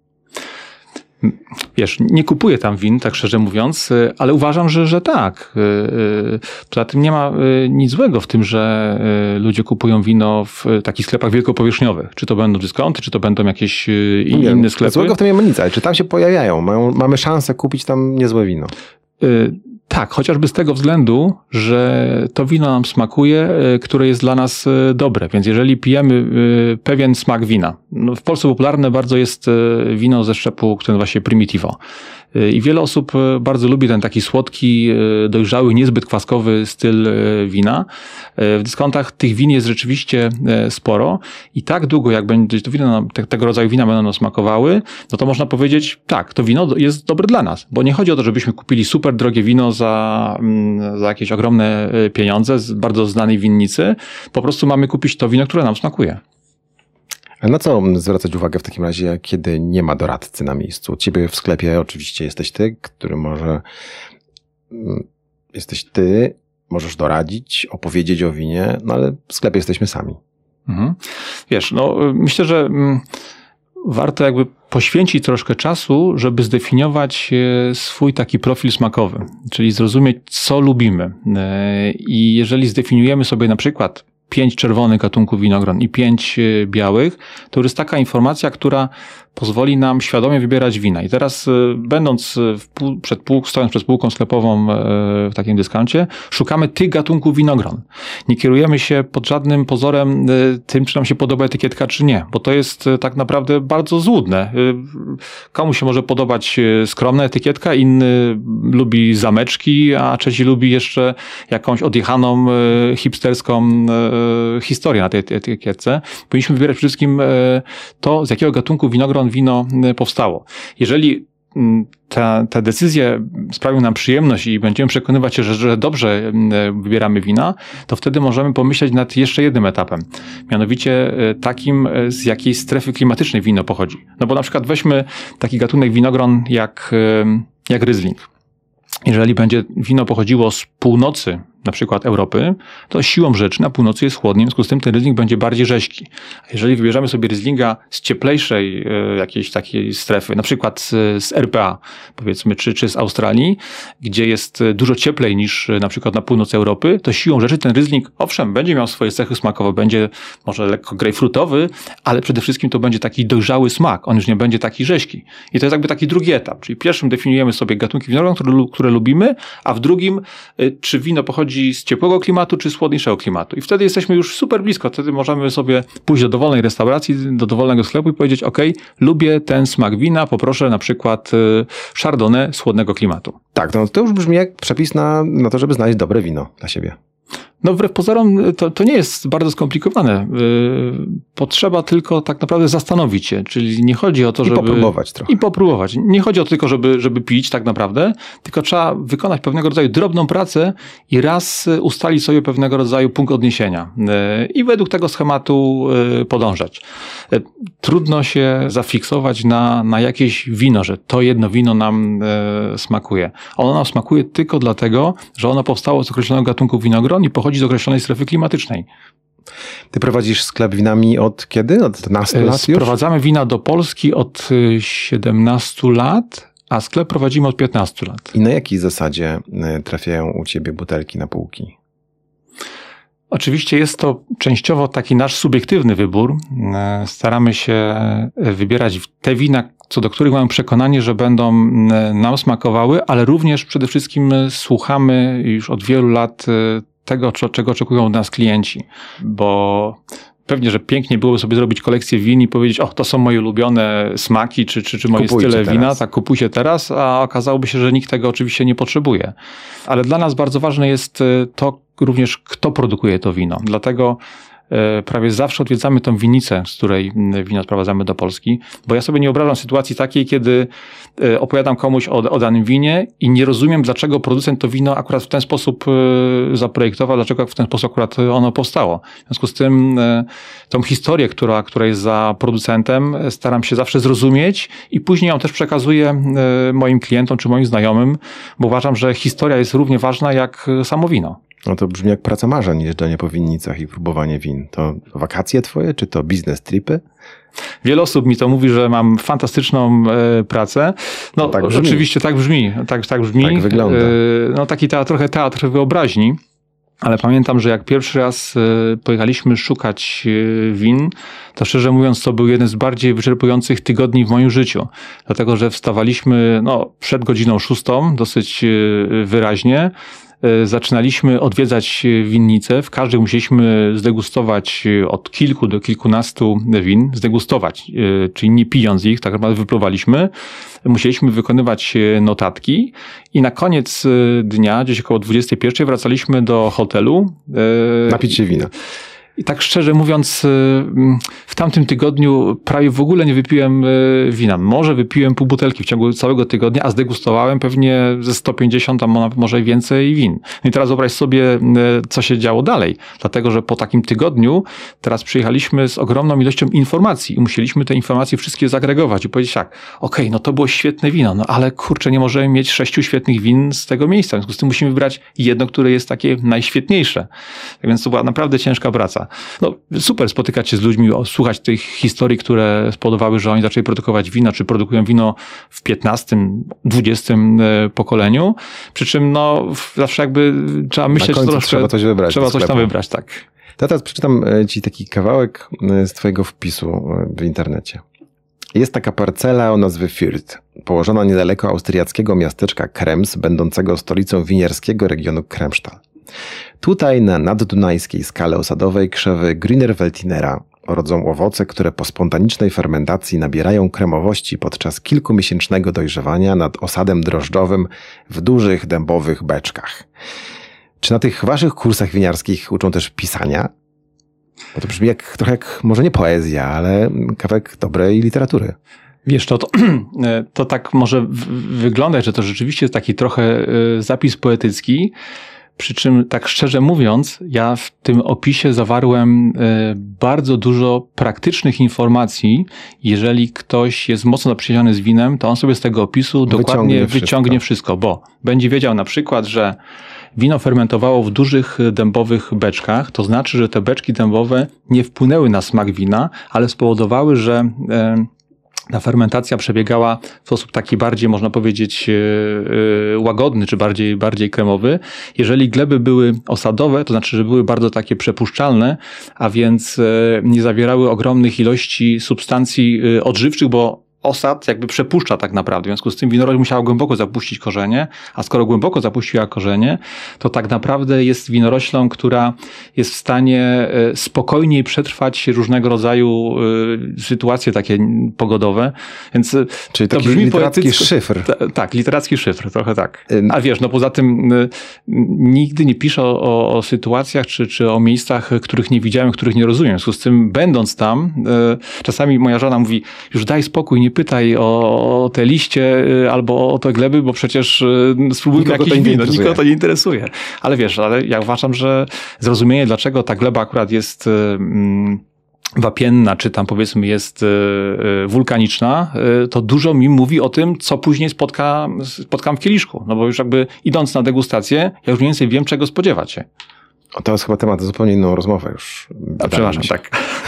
Wiesz, nie kupuję tam win, tak szczerze mówiąc, ale uważam, że tak. Poza tym nie ma nic złego w tym, że ludzie kupują wino w takich sklepach wielkopowierzchniowych. Czy to będą dyskonty, czy to będą jakieś inne sklepy. Złego w tym nie ma nic, ale czy tam się pojawiają? Mamy szansę kupić tam niezłe wino? Tak, chociażby z tego względu, że to wino nam smakuje, które jest dla nas dobre. Więc jeżeli pijemy pewien smak wina, no w Polsce popularne bardzo jest wino ze szczepu, które nazywa się Primitivo. I wiele osób bardzo lubi ten taki słodki, dojrzały, niezbyt kwaskowy styl wina. W dyskontach tych win jest rzeczywiście sporo i tak długo, jak będzie to wino, tego rodzaju wina będą nam smakowały, no to można powiedzieć, tak, to wino jest dobre dla nas. Bo nie chodzi o to, żebyśmy kupili super drogie wino za jakieś ogromne pieniądze z bardzo znanej winnicy. Po prostu mamy kupić to wino, które nam smakuje. A na co zwracać uwagę w takim razie, kiedy nie ma doradcy na miejscu? U ciebie w sklepie oczywiście jesteś ty, który możesz doradzić, opowiedzieć o winie, no ale w sklepie jesteśmy sami. Mhm. Wiesz, no myślę, że warto jakby poświęcić troszkę czasu, żeby zdefiniować swój taki profil smakowy, czyli zrozumieć, co lubimy. I jeżeli zdefiniujemy sobie na przykład 5 czerwonych gatunków winogron i 5 białych, to już jest taka informacja, która pozwoli nam świadomie wybierać wina. I teraz będąc stojąc przed półką sklepową w takim dyskancie, szukamy tych gatunków winogron. Nie kierujemy się pod żadnym pozorem tym, czy nam się podoba etykietka, czy nie, bo to jest tak naprawdę bardzo złudne. Komuś się może podobać skromna etykietka, inny lubi zameczki, a trzeci lubi jeszcze jakąś odjechaną, hipsterską historię na tej etykietce. Powinniśmy wybierać przede wszystkim to, z jakiego gatunku winogron wino powstało. Jeżeli te decyzje sprawią nam przyjemność i będziemy przekonywać się, że dobrze wybieramy wina, to wtedy możemy pomyśleć nad jeszcze jednym etapem. Mianowicie takim, z jakiej strefy klimatycznej wino pochodzi. No bo na przykład weźmy taki gatunek winogron jak Riesling. Jeżeli będzie wino pochodziło z północy na przykład Europy, to siłą rzeczy na północy jest chłodniej, w związku z tym ten Riesling będzie bardziej rzeźki. A jeżeli wybierzemy sobie Rieslinga z cieplejszej jakiejś takiej strefy, na przykład z RPA, powiedzmy, czy z Australii, gdzie jest dużo cieplej niż na przykład na północy Europy, to siłą rzeczy ten Riesling, owszem, będzie miał swoje cechy smakowe, będzie może lekko grejpfrutowy, ale przede wszystkim to będzie taki dojrzały smak, on już nie będzie taki rzeźki. I to jest jakby taki drugi etap, czyli pierwszym definiujemy sobie gatunki winogron, które lubimy, a w drugim, czy wino pochodzi z ciepłego klimatu, czy z chłodniejszego klimatu. I wtedy jesteśmy już super blisko, wtedy możemy sobie pójść do dowolnej restauracji, do dowolnego sklepu i powiedzieć, ok, lubię ten smak wina, poproszę na przykład Chardonnay z chłodnego klimatu. Tak, no to już brzmi jak przepis na to, żeby znaleźć dobre wino dla siebie. No wbrew pozorom to nie jest bardzo skomplikowane. Potrzeba tylko tak naprawdę zastanowić się, czyli nie chodzi o to, żeby... I popróbować trochę. I popróbować. Nie chodzi o to tylko, żeby pić tak naprawdę, tylko trzeba wykonać pewnego rodzaju drobną pracę i raz ustalić sobie pewnego rodzaju punkt odniesienia i według tego schematu podążać. Trudno się zafiksować na jakieś wino, że to jedno wino nam smakuje. Ono nam smakuje tylko dlatego, że ono powstało z określonego gatunku winogron i pochodzi z określonej strefy klimatycznej. Ty prowadzisz sklep winami od kiedy? Od 15 lat już? Sprowadzamy wina do Polski od 17 lat, a sklep prowadzimy od 15 lat. I na jakiej zasadzie trafiają u ciebie butelki na półki? Oczywiście jest to częściowo taki nasz subiektywny wybór. Staramy się wybierać te wina, co do których mamy przekonanie, że będą nam smakowały, ale również przede wszystkim słuchamy już od wielu lat tego, czego oczekują od nas klienci, bo pewnie, że pięknie byłoby sobie zrobić kolekcję win i powiedzieć, to są moje ulubione smaki, czy moje kupujcie style teraz. wina, tak kupujcie teraz, a okazałoby się, że nikt tego oczywiście nie potrzebuje. Ale dla nas bardzo ważne jest to również, kto produkuje to wino. Dlatego prawie zawsze odwiedzamy tą winnicę, z której wino sprowadzamy do Polski, bo ja sobie nie wyobrażam sytuacji takiej, kiedy opowiadam komuś o danym winie i nie rozumiem, dlaczego producent to wino akurat w ten sposób zaprojektował, dlaczego w ten sposób akurat ono powstało. W związku z tym tą historię, która jest za producentem, staram się zawsze zrozumieć i później ją też przekazuję moim klientom czy moim znajomym, bo uważam, że historia jest równie ważna jak samo wino. No to brzmi jak praca marzeń, jeżdżenie po winnicach i próbowanie win. To wakacje twoje, czy to biznes tripy? Wiele osób mi to mówi, że mam fantastyczną pracę. No tak brzmi. Oczywiście tak brzmi. Tak brzmi. Tak wygląda. No taki trochę teatr wyobraźni. Ale pamiętam, że jak pierwszy raz pojechaliśmy szukać win, to szczerze mówiąc to był jeden z bardziej wyczerpujących tygodni w moim życiu. Dlatego, że wstawaliśmy przed godziną 6 dosyć wyraźnie. Zaczynaliśmy odwiedzać winnice. W każdej musieliśmy zdegustować od kilku do kilkunastu win. Zdegustować, czyli nie pijąc ich, tak naprawdę wypluwaliśmy. Musieliśmy wykonywać notatki i na koniec dnia, gdzieś około 21 wracaliśmy do hotelu. Napić się wina. I tak szczerze mówiąc, w tamtym tygodniu prawie w ogóle nie wypiłem wina. Może wypiłem pół butelki w ciągu całego tygodnia, a zdegustowałem pewnie ze 150, a może więcej win. I teraz wyobraź sobie, co się działo dalej. Dlatego, że po takim tygodniu teraz przyjechaliśmy z ogromną ilością informacji i musieliśmy te informacje wszystkie zagregować i powiedzieć tak, okej, no to było świetne wino, no ale kurczę, nie możemy mieć 6 świetnych win z tego miejsca. W związku z tym musimy wybrać jedno, które jest takie najświetniejsze. Tak więc to była naprawdę ciężka praca. No, super spotykać się z ludźmi, słuchać tych historii, które spowodowały, że oni zaczęli produkować wino, czy produkują wino w 15, 20 pokoleniu. Przy czym zawsze jakby trzeba myśleć troszkę. Trzeba coś wybrać. Trzeba coś tam wybrać, tak. To teraz przeczytam ci taki kawałek z twojego wpisu w internecie. Jest taka parcela o nazwie Fürth, położona niedaleko austriackiego miasteczka Krems, będącego stolicą winiarskiego regionu Kremstal. Tutaj na naddunajskiej skale osadowej krzewy Grüner-Veltlinera rodzą owoce, które po spontanicznej fermentacji nabierają kremowości podczas kilkumiesięcznego dojrzewania nad osadem drożdżowym w dużych dębowych beczkach. Czy na tych waszych kursach winiarskich uczą też pisania? Bo to brzmi trochę jak, może nie poezja, ale kawałek dobrej literatury. Wiesz, to tak może wyglądać, że to rzeczywiście jest taki trochę zapis poetycki. Przy czym, tak szczerze mówiąc, ja w tym opisie zawarłem bardzo dużo praktycznych informacji. Jeżeli ktoś jest mocno zaprzyjaźniony z winem, to on sobie z tego opisu dokładnie wyciągnie wszystko, bo będzie wiedział na przykład, że wino fermentowało w dużych dębowych beczkach. To znaczy, że te beczki dębowe nie wpłynęły na smak wina, ale spowodowały, że ta fermentacja przebiegała w sposób taki bardziej, można powiedzieć, łagodny, czy bardziej kremowy. Jeżeli gleby były osadowe, to znaczy, że były bardzo takie przepuszczalne, a więc nie zawierały ogromnych ilości substancji odżywczych, bo osad jakby przepuszcza tak naprawdę. W związku z tym winorośl musiała głęboko zapuścić korzenie, a skoro głęboko zapuściła korzenie, to tak naprawdę jest winoroślą, która jest w stanie spokojniej przetrwać różnego rodzaju sytuacje takie pogodowe. Więc czyli to taki brzmi literacki szyfr. Tak, literacki szyfr, trochę tak. A wiesz, no poza tym nigdy nie piszę o sytuacjach czy o miejscach, których nie widziałem, których nie rozumiem. W związku z tym, będąc tam, czasami moja żona mówi, już daj spokój, nie pytaj o te liście albo o te gleby, bo przecież spróbujmy jakieś wino. Nikogo to nie interesuje. Ale wiesz, ja uważam, że zrozumienie, dlaczego ta gleba akurat jest wapienna, czy tam powiedzmy jest wulkaniczna, to dużo mi mówi o tym, co później spotkam w kieliszku. No bo już jakby idąc na degustację, ja już mniej więcej wiem, czego spodziewać się. To jest chyba temat na zupełnie inną rozmowę już. Przepraszam, tak.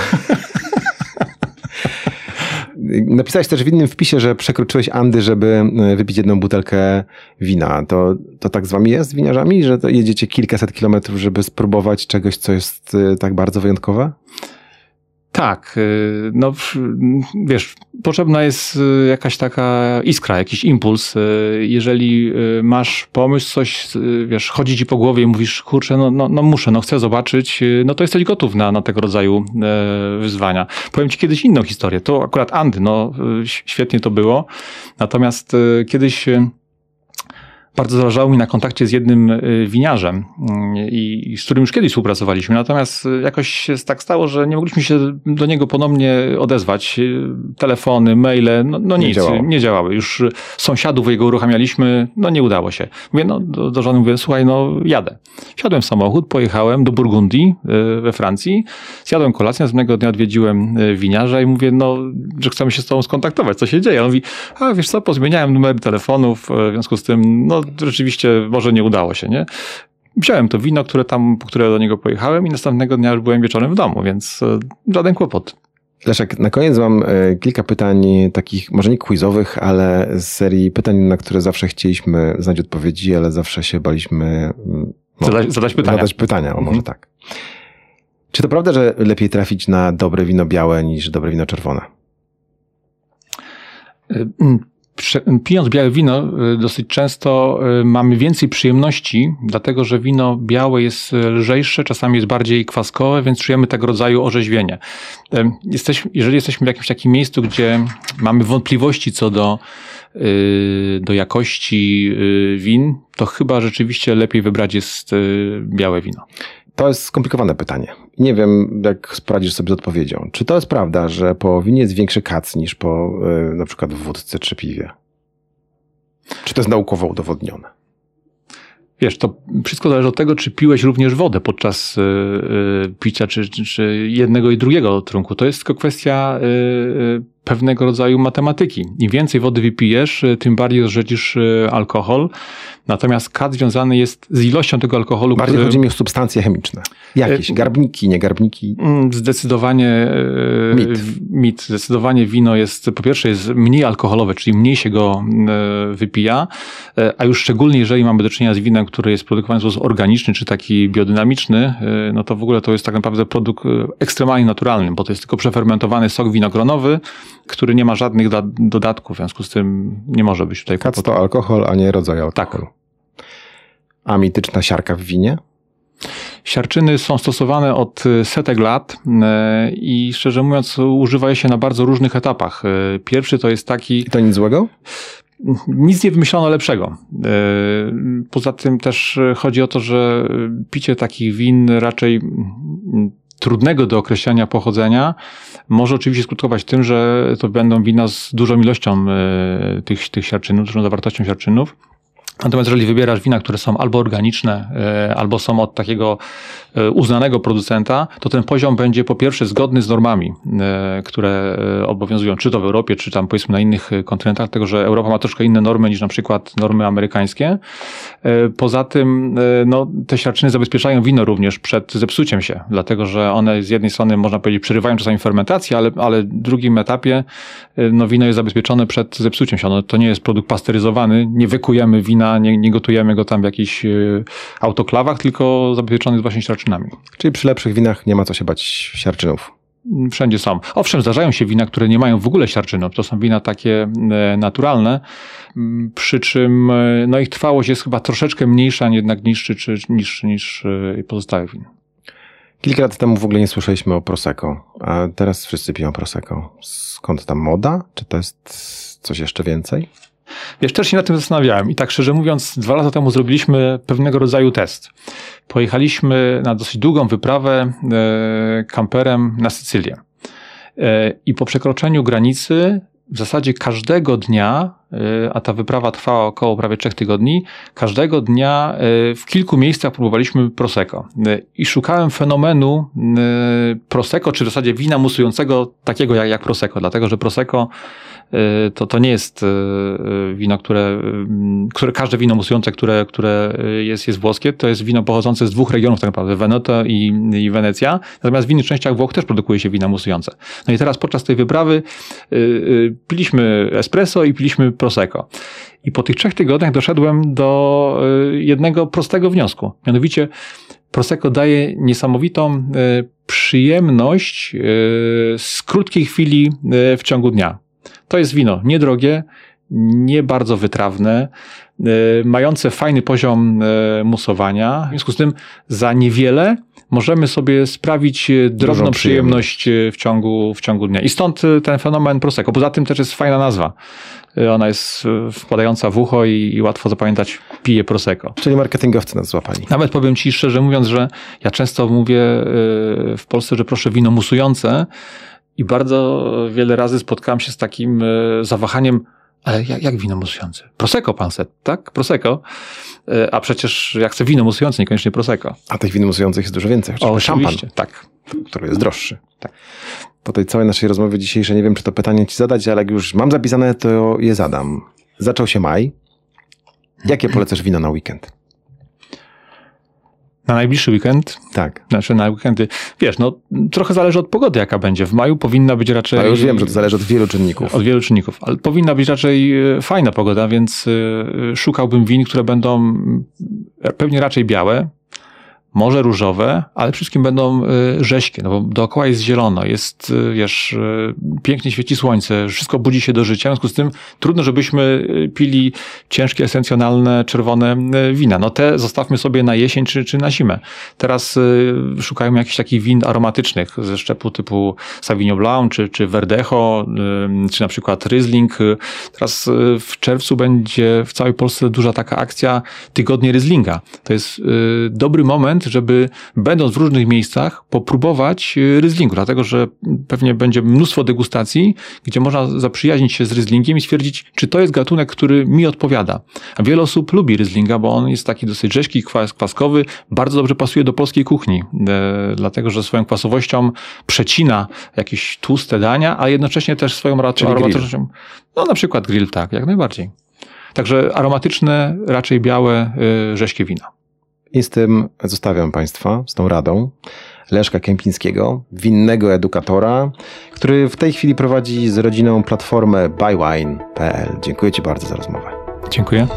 Napisałeś też w innym wpisie, że przekroczyłeś Andy, żeby wypić jedną butelkę wina. To tak z wami jest, z winiarzami, że to jedziecie kilkaset kilometrów, żeby spróbować czegoś, co jest tak bardzo wyjątkowe? Tak, no wiesz, potrzebna jest jakaś taka iskra, jakiś impuls. Jeżeli masz pomysł, coś, wiesz, chodzi ci po głowie i mówisz, kurczę, no muszę, chcę zobaczyć, no to jesteś gotów na tego rodzaju wyzwania. Powiem ci kiedyś inną historię. To akurat Andy, świetnie to było. Natomiast kiedyś bardzo zależało mi na kontakcie z jednym winiarzem i z którym już kiedyś współpracowaliśmy. Natomiast jakoś się tak stało, że nie mogliśmy się do niego ponownie odezwać. Telefony, maile, nic, nie działały. Już sąsiadów jego uruchamialiśmy, nie udało się. Mówię, do żony mówię, słuchaj, jadę. Wsiadłem w samochód, pojechałem do Burgundii we Francji, zjadłem kolację, następnego dnia odwiedziłem winiarza i mówię, że chcemy się z tobą skontaktować, co się dzieje? On mówi, wiesz co, pozmieniałem numery telefonów, w związku z tym, rzeczywiście może nie udało się, nie? Wziąłem to wino, po które do niego pojechałem i następnego dnia już byłem wieczorem w domu, więc żaden kłopot. Leszek, na koniec mam kilka pytań takich, może nie quizowych, ale z serii pytań, na które zawsze chcieliśmy znać odpowiedzi, ale zawsze się baliśmy zadać pytania. Zadać pytania, może tak. Czy to prawda, że lepiej trafić na dobre wino białe niż dobre wino czerwone? Pijąc białe wino dosyć często mamy więcej przyjemności, dlatego że wino białe jest lżejsze, czasami jest bardziej kwaskowe, więc czujemy tego rodzaju orzeźwienie. Jeżeli jesteśmy w jakimś takim miejscu, gdzie mamy wątpliwości co do jakości win, to chyba rzeczywiście lepiej wybrać jest białe wino. To jest skomplikowane pytanie. Nie wiem, jak poradzisz sobie z odpowiedzią. Czy to jest prawda, że po winie jest większy kac niż po na przykład w wódce czy piwie? Czy to jest naukowo udowodnione? Wiesz, to wszystko zależy od tego, czy piłeś również wodę podczas picia, czy jednego i drugiego trunku. To jest tylko kwestia pewnego rodzaju matematyki. Im więcej wody wypijesz, tym bardziej rozrzedzisz alkohol. Natomiast kac związany jest z ilością tego alkoholu. Bardziej chodzi mi o substancje chemiczne. Jakieś garbniki, nie garbniki? Zdecydowanie mit. Zdecydowanie wino jest, po pierwsze jest mniej alkoholowe, czyli mniej się go wypija, a już szczególnie jeżeli mamy do czynienia z winem, który jest produkowany w sposób organiczny, czy taki biodynamiczny, no to w ogóle to jest tak naprawdę produkt ekstremalnie naturalny, bo to jest tylko przefermentowany sok winogronowy, który nie ma żadnych dodatków, w związku z tym nie może być tutaj kłopotu. Kac to alkohol, a nie rodzaj alkoholu. Tak. A mityczna siarka w winie? Siarczyny są stosowane od setek lat i szczerze mówiąc używa się na bardzo różnych etapach. Pierwszy to jest taki... I to nic złego? Nic nie wymyślono lepszego. Poza tym też chodzi o to, że picie takich win raczej trudnego do określenia pochodzenia może oczywiście skutkować tym, że to będą wina z dużą ilością tych siarczynów, dużą zawartością siarczynów. Natomiast jeżeli wybierasz wina, które są albo organiczne, albo są od takiego uznanego producenta, to ten poziom będzie po pierwsze zgodny z normami, które obowiązują czy to w Europie, czy tam powiedzmy na innych kontynentach, dlatego że Europa ma troszkę inne normy niż na przykład normy amerykańskie. Poza tym no, te siarczyny zabezpieczają wino również przed zepsuciem się, dlatego że one z jednej strony można powiedzieć przerywają czasami fermentację, ale w drugim etapie no, wino jest zabezpieczone przed zepsuciem się. To nie jest produkt pasteryzowany, nie wykujemy wina, nie gotujemy go tam w jakichś autoklawach, tylko zabezpieczony jest właśnie siarczynami. Czyli przy lepszych winach nie ma co się bać siarczynów. Wszędzie są. Owszem, zdarzają się wina, które nie mają w ogóle siarczynów. To są wina takie naturalne, przy czym no, ich trwałość jest chyba troszeczkę mniejsza jednak niż pozostałe win. Kilka lat temu w ogóle nie słyszeliśmy o Prosecco, a teraz wszyscy piją Prosecco. Skąd ta moda? Czy to jest coś jeszcze więcej? Wiesz, też się nad tym zastanawiałem i tak szczerze mówiąc 2 lata temu zrobiliśmy pewnego rodzaju test. Pojechaliśmy na dosyć długą wyprawę kamperem na Sycylię i po przekroczeniu granicy w zasadzie każdego dnia, a ta wyprawa trwała około prawie 3 tygodni, każdego dnia w kilku miejscach próbowaliśmy Prosecco i szukałem fenomenu Prosecco, czy w zasadzie wina musującego takiego jak Prosecco, dlatego że Prosecco to nie jest wino, które każde wino musujące, które jest włoskie, to jest wino pochodzące z 2 regionów tak naprawdę, Veneto i Wenecja. Natomiast w innych częściach Włoch też produkuje się wina musujące. No i teraz podczas tej wyprawy piliśmy espresso i piliśmy Prosecco. I po tych 3 tygodniach doszedłem do jednego prostego wniosku. Mianowicie Prosecco daje niesamowitą przyjemność z krótkiej chwili w ciągu dnia. To jest wino niedrogie, nie bardzo wytrawne, mające fajny poziom musowania. W związku z tym za niewiele możemy sobie sprawić drobną przyjemność w ciągu dnia. I stąd ten fenomen Prosecco. Poza tym też jest fajna nazwa. Ona jest wpadająca w ucho i łatwo zapamiętać, pije Prosecco. Czyli marketingowcy nas złapali. Nawet powiem ci szczerze mówiąc, że ja często mówię w Polsce, że proszę wino musujące i bardzo wiele razy spotkałem się z takim zawahaniem, ale jak wino musujące? Prosecco pan set, tak? Prosecco. A przecież ja chcę wino musujące, niekoniecznie Prosecco. A tych win musujących jest dużo więcej. Szampan, tak. Który jest droższy. Tak. Po tej całej naszej rozmowie dzisiejszej nie wiem, czy to pytanie ci zadać, ale jak już mam zapisane, to je zadam. Zaczął się maj. Jakie polecasz wino na weekend? Na najbliższy weekend? Tak. Znaczy na weekendy. Wiesz, no trochę zależy od pogody, jaka będzie. W maju powinna być raczej... A już wiem, że to zależy od wielu czynników. Od wielu czynników, ale powinna być raczej fajna pogoda, więc szukałbym win, które będą pewnie raczej białe, może różowe, ale wszystkim będą rześkie, no bo dookoła jest zielono, jest, wiesz, pięknie świeci słońce, wszystko budzi się do życia, w związku z tym trudno, żebyśmy pili ciężkie, esencjonalne, czerwone wina. No te zostawmy sobie na jesień czy na zimę. Teraz szukajmy jakichś takich win aromatycznych ze szczepu typu Sauvignon Blanc, czy Verdecho, czy na przykład Riesling. Teraz w czerwcu będzie w całej Polsce duża taka akcja Tygodnie Rieslinga. To jest dobry moment, żeby będąc w różnych miejscach popróbować Rieslingu, dlatego że pewnie będzie mnóstwo degustacji, gdzie można zaprzyjaźnić się z Rieslingiem i stwierdzić, czy to jest gatunek, który mi odpowiada. A wiele osób lubi Rieslinga, bo on jest taki dosyć rzeźki, kwaskowy, bardzo dobrze pasuje do polskiej kuchni, dlatego że swoją kwasowością przecina jakieś tłuste dania, a jednocześnie też swoją aromatycznością, no na przykład grill, tak, jak najbardziej. Także aromatyczne, raczej białe, rześkie wina. I z tym zostawiam Państwa, z tą radą Leszka Kępińskiego, winnego edukatora, który w tej chwili prowadzi z rodziną platformę buywine.pl. Dziękuję Ci bardzo za rozmowę. Dziękuję.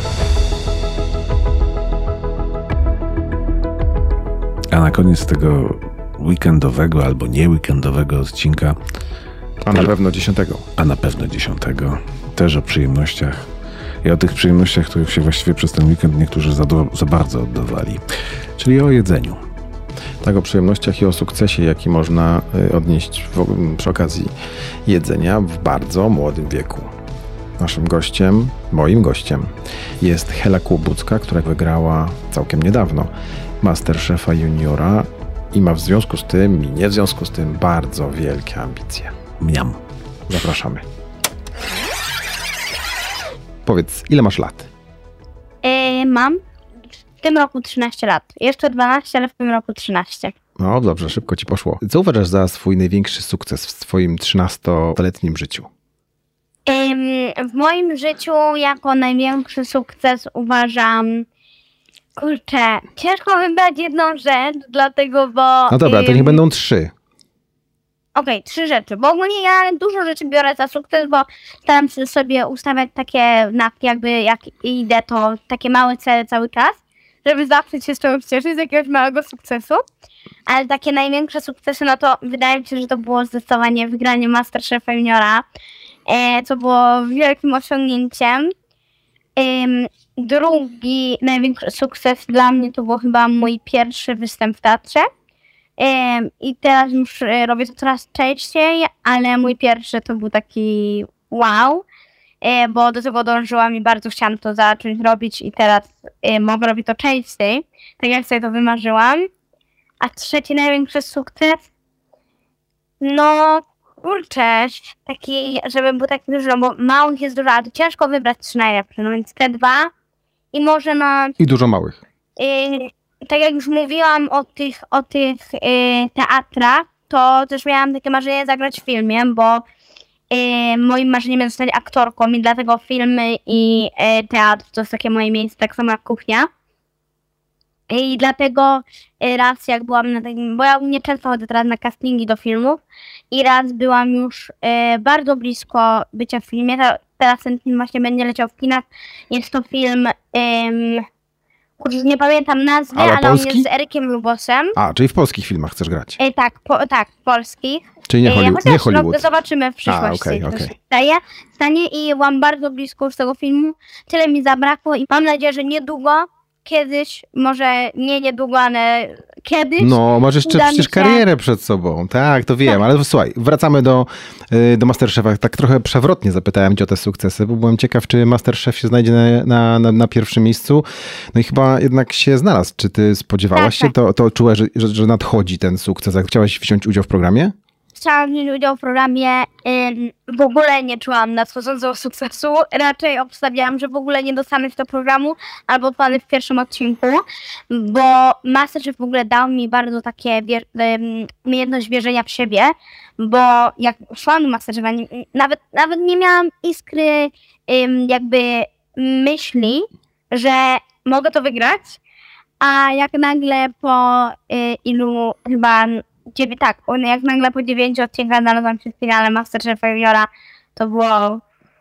A na koniec tego weekendowego albo nie weekendowego odcinka, a na pewno 10. A na pewno 10. Też o przyjemnościach. I o tych przyjemnościach, których się właściwie przez ten weekend niektórzy za bardzo oddawali. Czyli o jedzeniu. Tak, o przyjemnościach i o sukcesie, jaki można odnieść przy okazji jedzenia w bardzo młodym wieku. Naszym gościem, moim gościem jest Hela Kłobucka, która wygrała całkiem niedawno Masterchefa Juniora i ma w związku z tym i nie w związku z tym bardzo wielkie ambicje. Miam. Zapraszamy. Powiedz, ile masz lat? mam w tym roku 13 lat. Jeszcze 12, ale w tym roku 13. No dobrze, szybko ci poszło. Co uważasz za swój największy sukces w swoim 13-letnim życiu? W moim życiu jako największy sukces uważam... Kurczę, ciężko wybrać jedną rzecz, dlatego, bo... No dobra, to niech będą 3. Okej, 3 rzeczy, bo ogólnie ja dużo rzeczy biorę za sukces, bo staram się sobie ustawiać takie, jakby jak idę, to takie małe cele cały czas, żeby zawsze się z czegoś cieszyć, z jakiegoś małego sukcesu. Ale takie największe sukcesy, no to wydaje mi się, że to było zdecydowanie wygranie MasterChefa Juniora, co było wielkim osiągnięciem. Drugi największy sukces dla mnie to był chyba mój pierwszy występ w teatrze. I teraz już robię to coraz częściej, ale mój pierwszy to był taki wow, bo do tego dążyłam i bardzo chciałam to zacząć robić i teraz mogę robić to częściej, tak jak sobie to wymarzyłam. A trzeci największy sukces? No kurczę, taki, żeby był taki duży, no bo małych jest dużo, ale ciężko wybrać 3 najlepsze, no więc te 2 i może no... I dużo małych. Tak jak już mówiłam o tych teatrach, to też miałam takie marzenie zagrać w filmie, bo moim marzeniem jest zostać aktorką i dlatego filmy i teatr to jest takie moje miejsce, tak samo jak kuchnia. I dlatego raz jak byłam na takim, bo ja nie często chodzę teraz na castingi do filmów i raz byłam już bardzo blisko bycia w filmie, teraz ten film właśnie będzie leciał w kinach, jest to film... nie pamiętam nazwy, ale on jest z Erykiem Lubosem. A, czyli w polskich filmach chcesz grać? Tak, polskich. Czyli nie Hollywood. No, zobaczymy w przyszłości. Stanie i byłam bardzo blisko już tego filmu. Tyle mi zabrakło i mam nadzieję, że niedługo, kiedyś, może nie niedługo, ale kiedyś. No, masz jeszcze przecież karierę przed sobą. Tak, to wiem, ale słuchaj, wracamy do MasterChefa. Tak trochę przewrotnie zapytałem cię o te sukcesy, bo byłem ciekaw, czy MasterChef się znajdzie na pierwszym miejscu. No i chyba jednak się znalazł. Czy ty spodziewałaś się? To czułaś, że nadchodzi ten sukces? Jak chciałaś wziąć udział w programie? Chciałam wziąć udział w programie, w ogóle nie czułam nadchodzącego sukcesu, raczej obstawiałam, że w ogóle nie dostanę się do programu albo odpadnę w pierwszym odcinku, bo MasterChef w ogóle dał mi bardzo takie umiejętność wierzenia w siebie, bo jak szłam do MasterChefa, nawet nie miałam iskry jakby myśli, że mogę to wygrać, a jak nagle po ilu chyba... jak nagle po 9 odcinkach znalazłam się w finale MasterChefa Juniora, to było...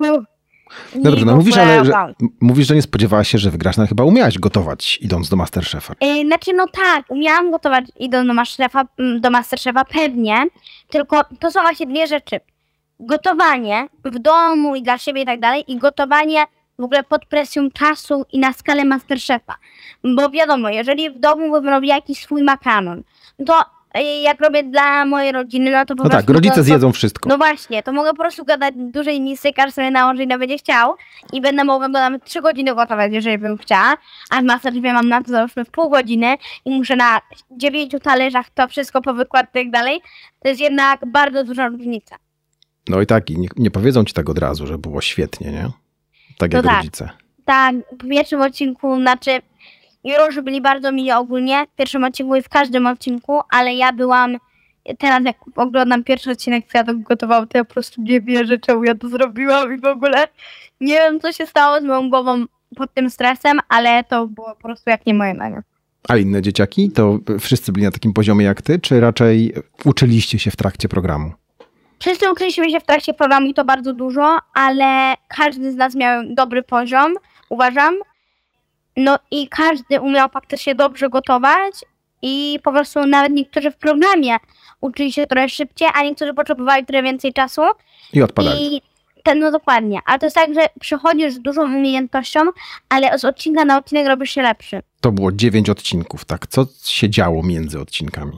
Dobrze, no mówisz, że nie spodziewałaś się, że wygrasz, no chyba umiałaś gotować idąc do MasterChefa. No tak, umiałam gotować idąc do MasterChefa pewnie, tylko to są właśnie 2 rzeczy. Gotowanie w domu i dla siebie i tak dalej i gotowanie w ogóle pod presją czasu i na skalę MasterChefa. Bo wiadomo, jeżeli w domu bym robiła jakiś swój makaron, to jak robię dla mojej rodziny, no to po prostu... No tak, rodzice zjedzą wszystko. No właśnie, to mogę po prostu gadać dużej misy, każdy sobie nałożyć, ile będzie chciał i będę mogła go nawet 3 godziny gotować, jeżeli bym chciała, a w MasterChefie mam na to załóżmy w pół godziny i muszę na 9 talerzach to wszystko powykładać i tak dalej. To jest jednak bardzo duża różnica. No i tak, i nie powiedzą ci tak od razu, że było świetnie, nie? Tak jak rodzice. Tak, w pierwszym odcinku, jurorzy byli bardzo mili ogólnie, w pierwszym odcinku i w każdym odcinku, ale ja byłam, teraz jak oglądam pierwszy odcinek, co ja to gotowałam, to ja po prostu nie wierzę, czemu ja to zrobiłam i w ogóle nie wiem, co się stało z moją głową pod tym stresem, ale to było po prostu jak nie moje danie. A inne dzieciaki? To wszyscy byli na takim poziomie jak ty, czy raczej uczyliście się w trakcie programu? Wszyscy uczyliśmy się w trakcie programu i to bardzo dużo, ale każdy z nas miał dobry poziom, uważam. No i każdy umiał faktycznie dobrze gotować i po prostu nawet niektórzy w programie uczyli się trochę szybciej, a niektórzy potrzebowali trochę więcej czasu. I odpadali. No dokładnie, ale to jest tak, że przychodzisz z dużą umiejętnością, ale z odcinka na odcinek robisz się lepszy. To było 9 odcinków, tak? Co się działo między odcinkami?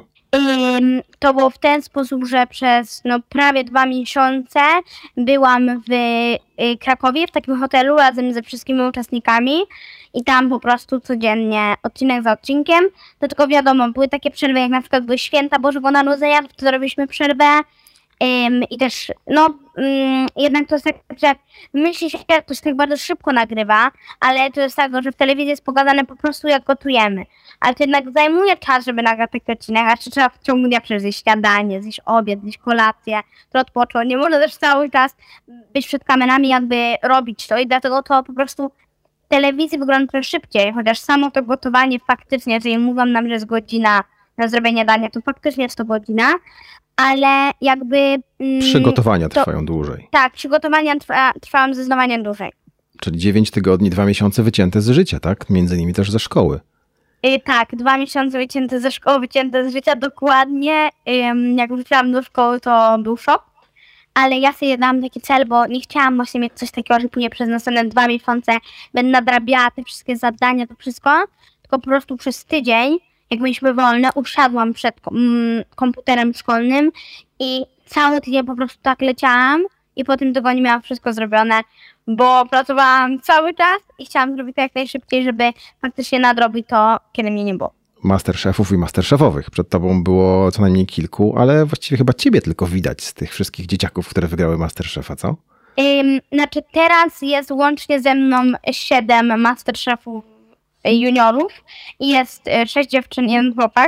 To było w ten sposób, że przez prawie 2 miesiące byłam w Krakowie, w takim hotelu razem ze wszystkimi uczestnikami i tam po prostu codziennie, odcinek za odcinkiem. To tylko wiadomo, były takie przerwy, jak na przykład były święta Bożego Narodzenia, to robiliśmy przerwę, I też, no, jednak to jest tak, że myśli się, że to się tak bardzo szybko nagrywa, ale to jest tak, że w telewizji jest pokazane po prostu jak gotujemy. Ale to jednak zajmuje czas, żeby nagrać taki odcinek, a trzeba w ciągu dnia przecież zjeść śniadanie, zjeść obiad, zjeść kolację, to odpocząć. Nie można też cały czas być przed kamerami, jakby robić to i dlatego to po prostu w telewizji wygląda trochę szybciej, chociaż samo to gotowanie faktycznie, jeżeli mówią nam, że jest godzina na zrobienie dania, to faktycznie jest to godzina, ale jakby... Przygotowania trwają dłużej. Tak, przygotowania trwają zdecydowanie dłużej. Czyli 9 tygodni, 2 miesiące wycięte z życia, tak? Między innymi też ze szkoły. Tak, 2 miesiące wycięte ze szkoły, wycięte z życia dokładnie. Jak wróciłam do szkoły, to był szok. Ale ja sobie dałam taki cel, bo nie chciałam właśnie mieć coś takiego, że później przez następne 2 miesiące będę nadrabiała te wszystkie zadania, to wszystko. Tylko po prostu przez tydzień, jak mieliśmy wolne, usiadłam przed komputerem szkolnym i cały tydzień po prostu tak leciałam i po tym tygodniu miałam wszystko zrobione, bo pracowałam cały czas i chciałam zrobić to jak najszybciej, żeby faktycznie nadrobić to, kiedy mnie nie było. Masterchefów i masterchefowych. Przed tobą było co najmniej kilku, ale właściwie chyba ciebie tylko widać z tych wszystkich dzieciaków, które wygrały Masterchefa, co? Znaczy teraz jest łącznie ze mną 7 Masterchefów juniorów i jest 6 dziewczyn i 1 chłopak.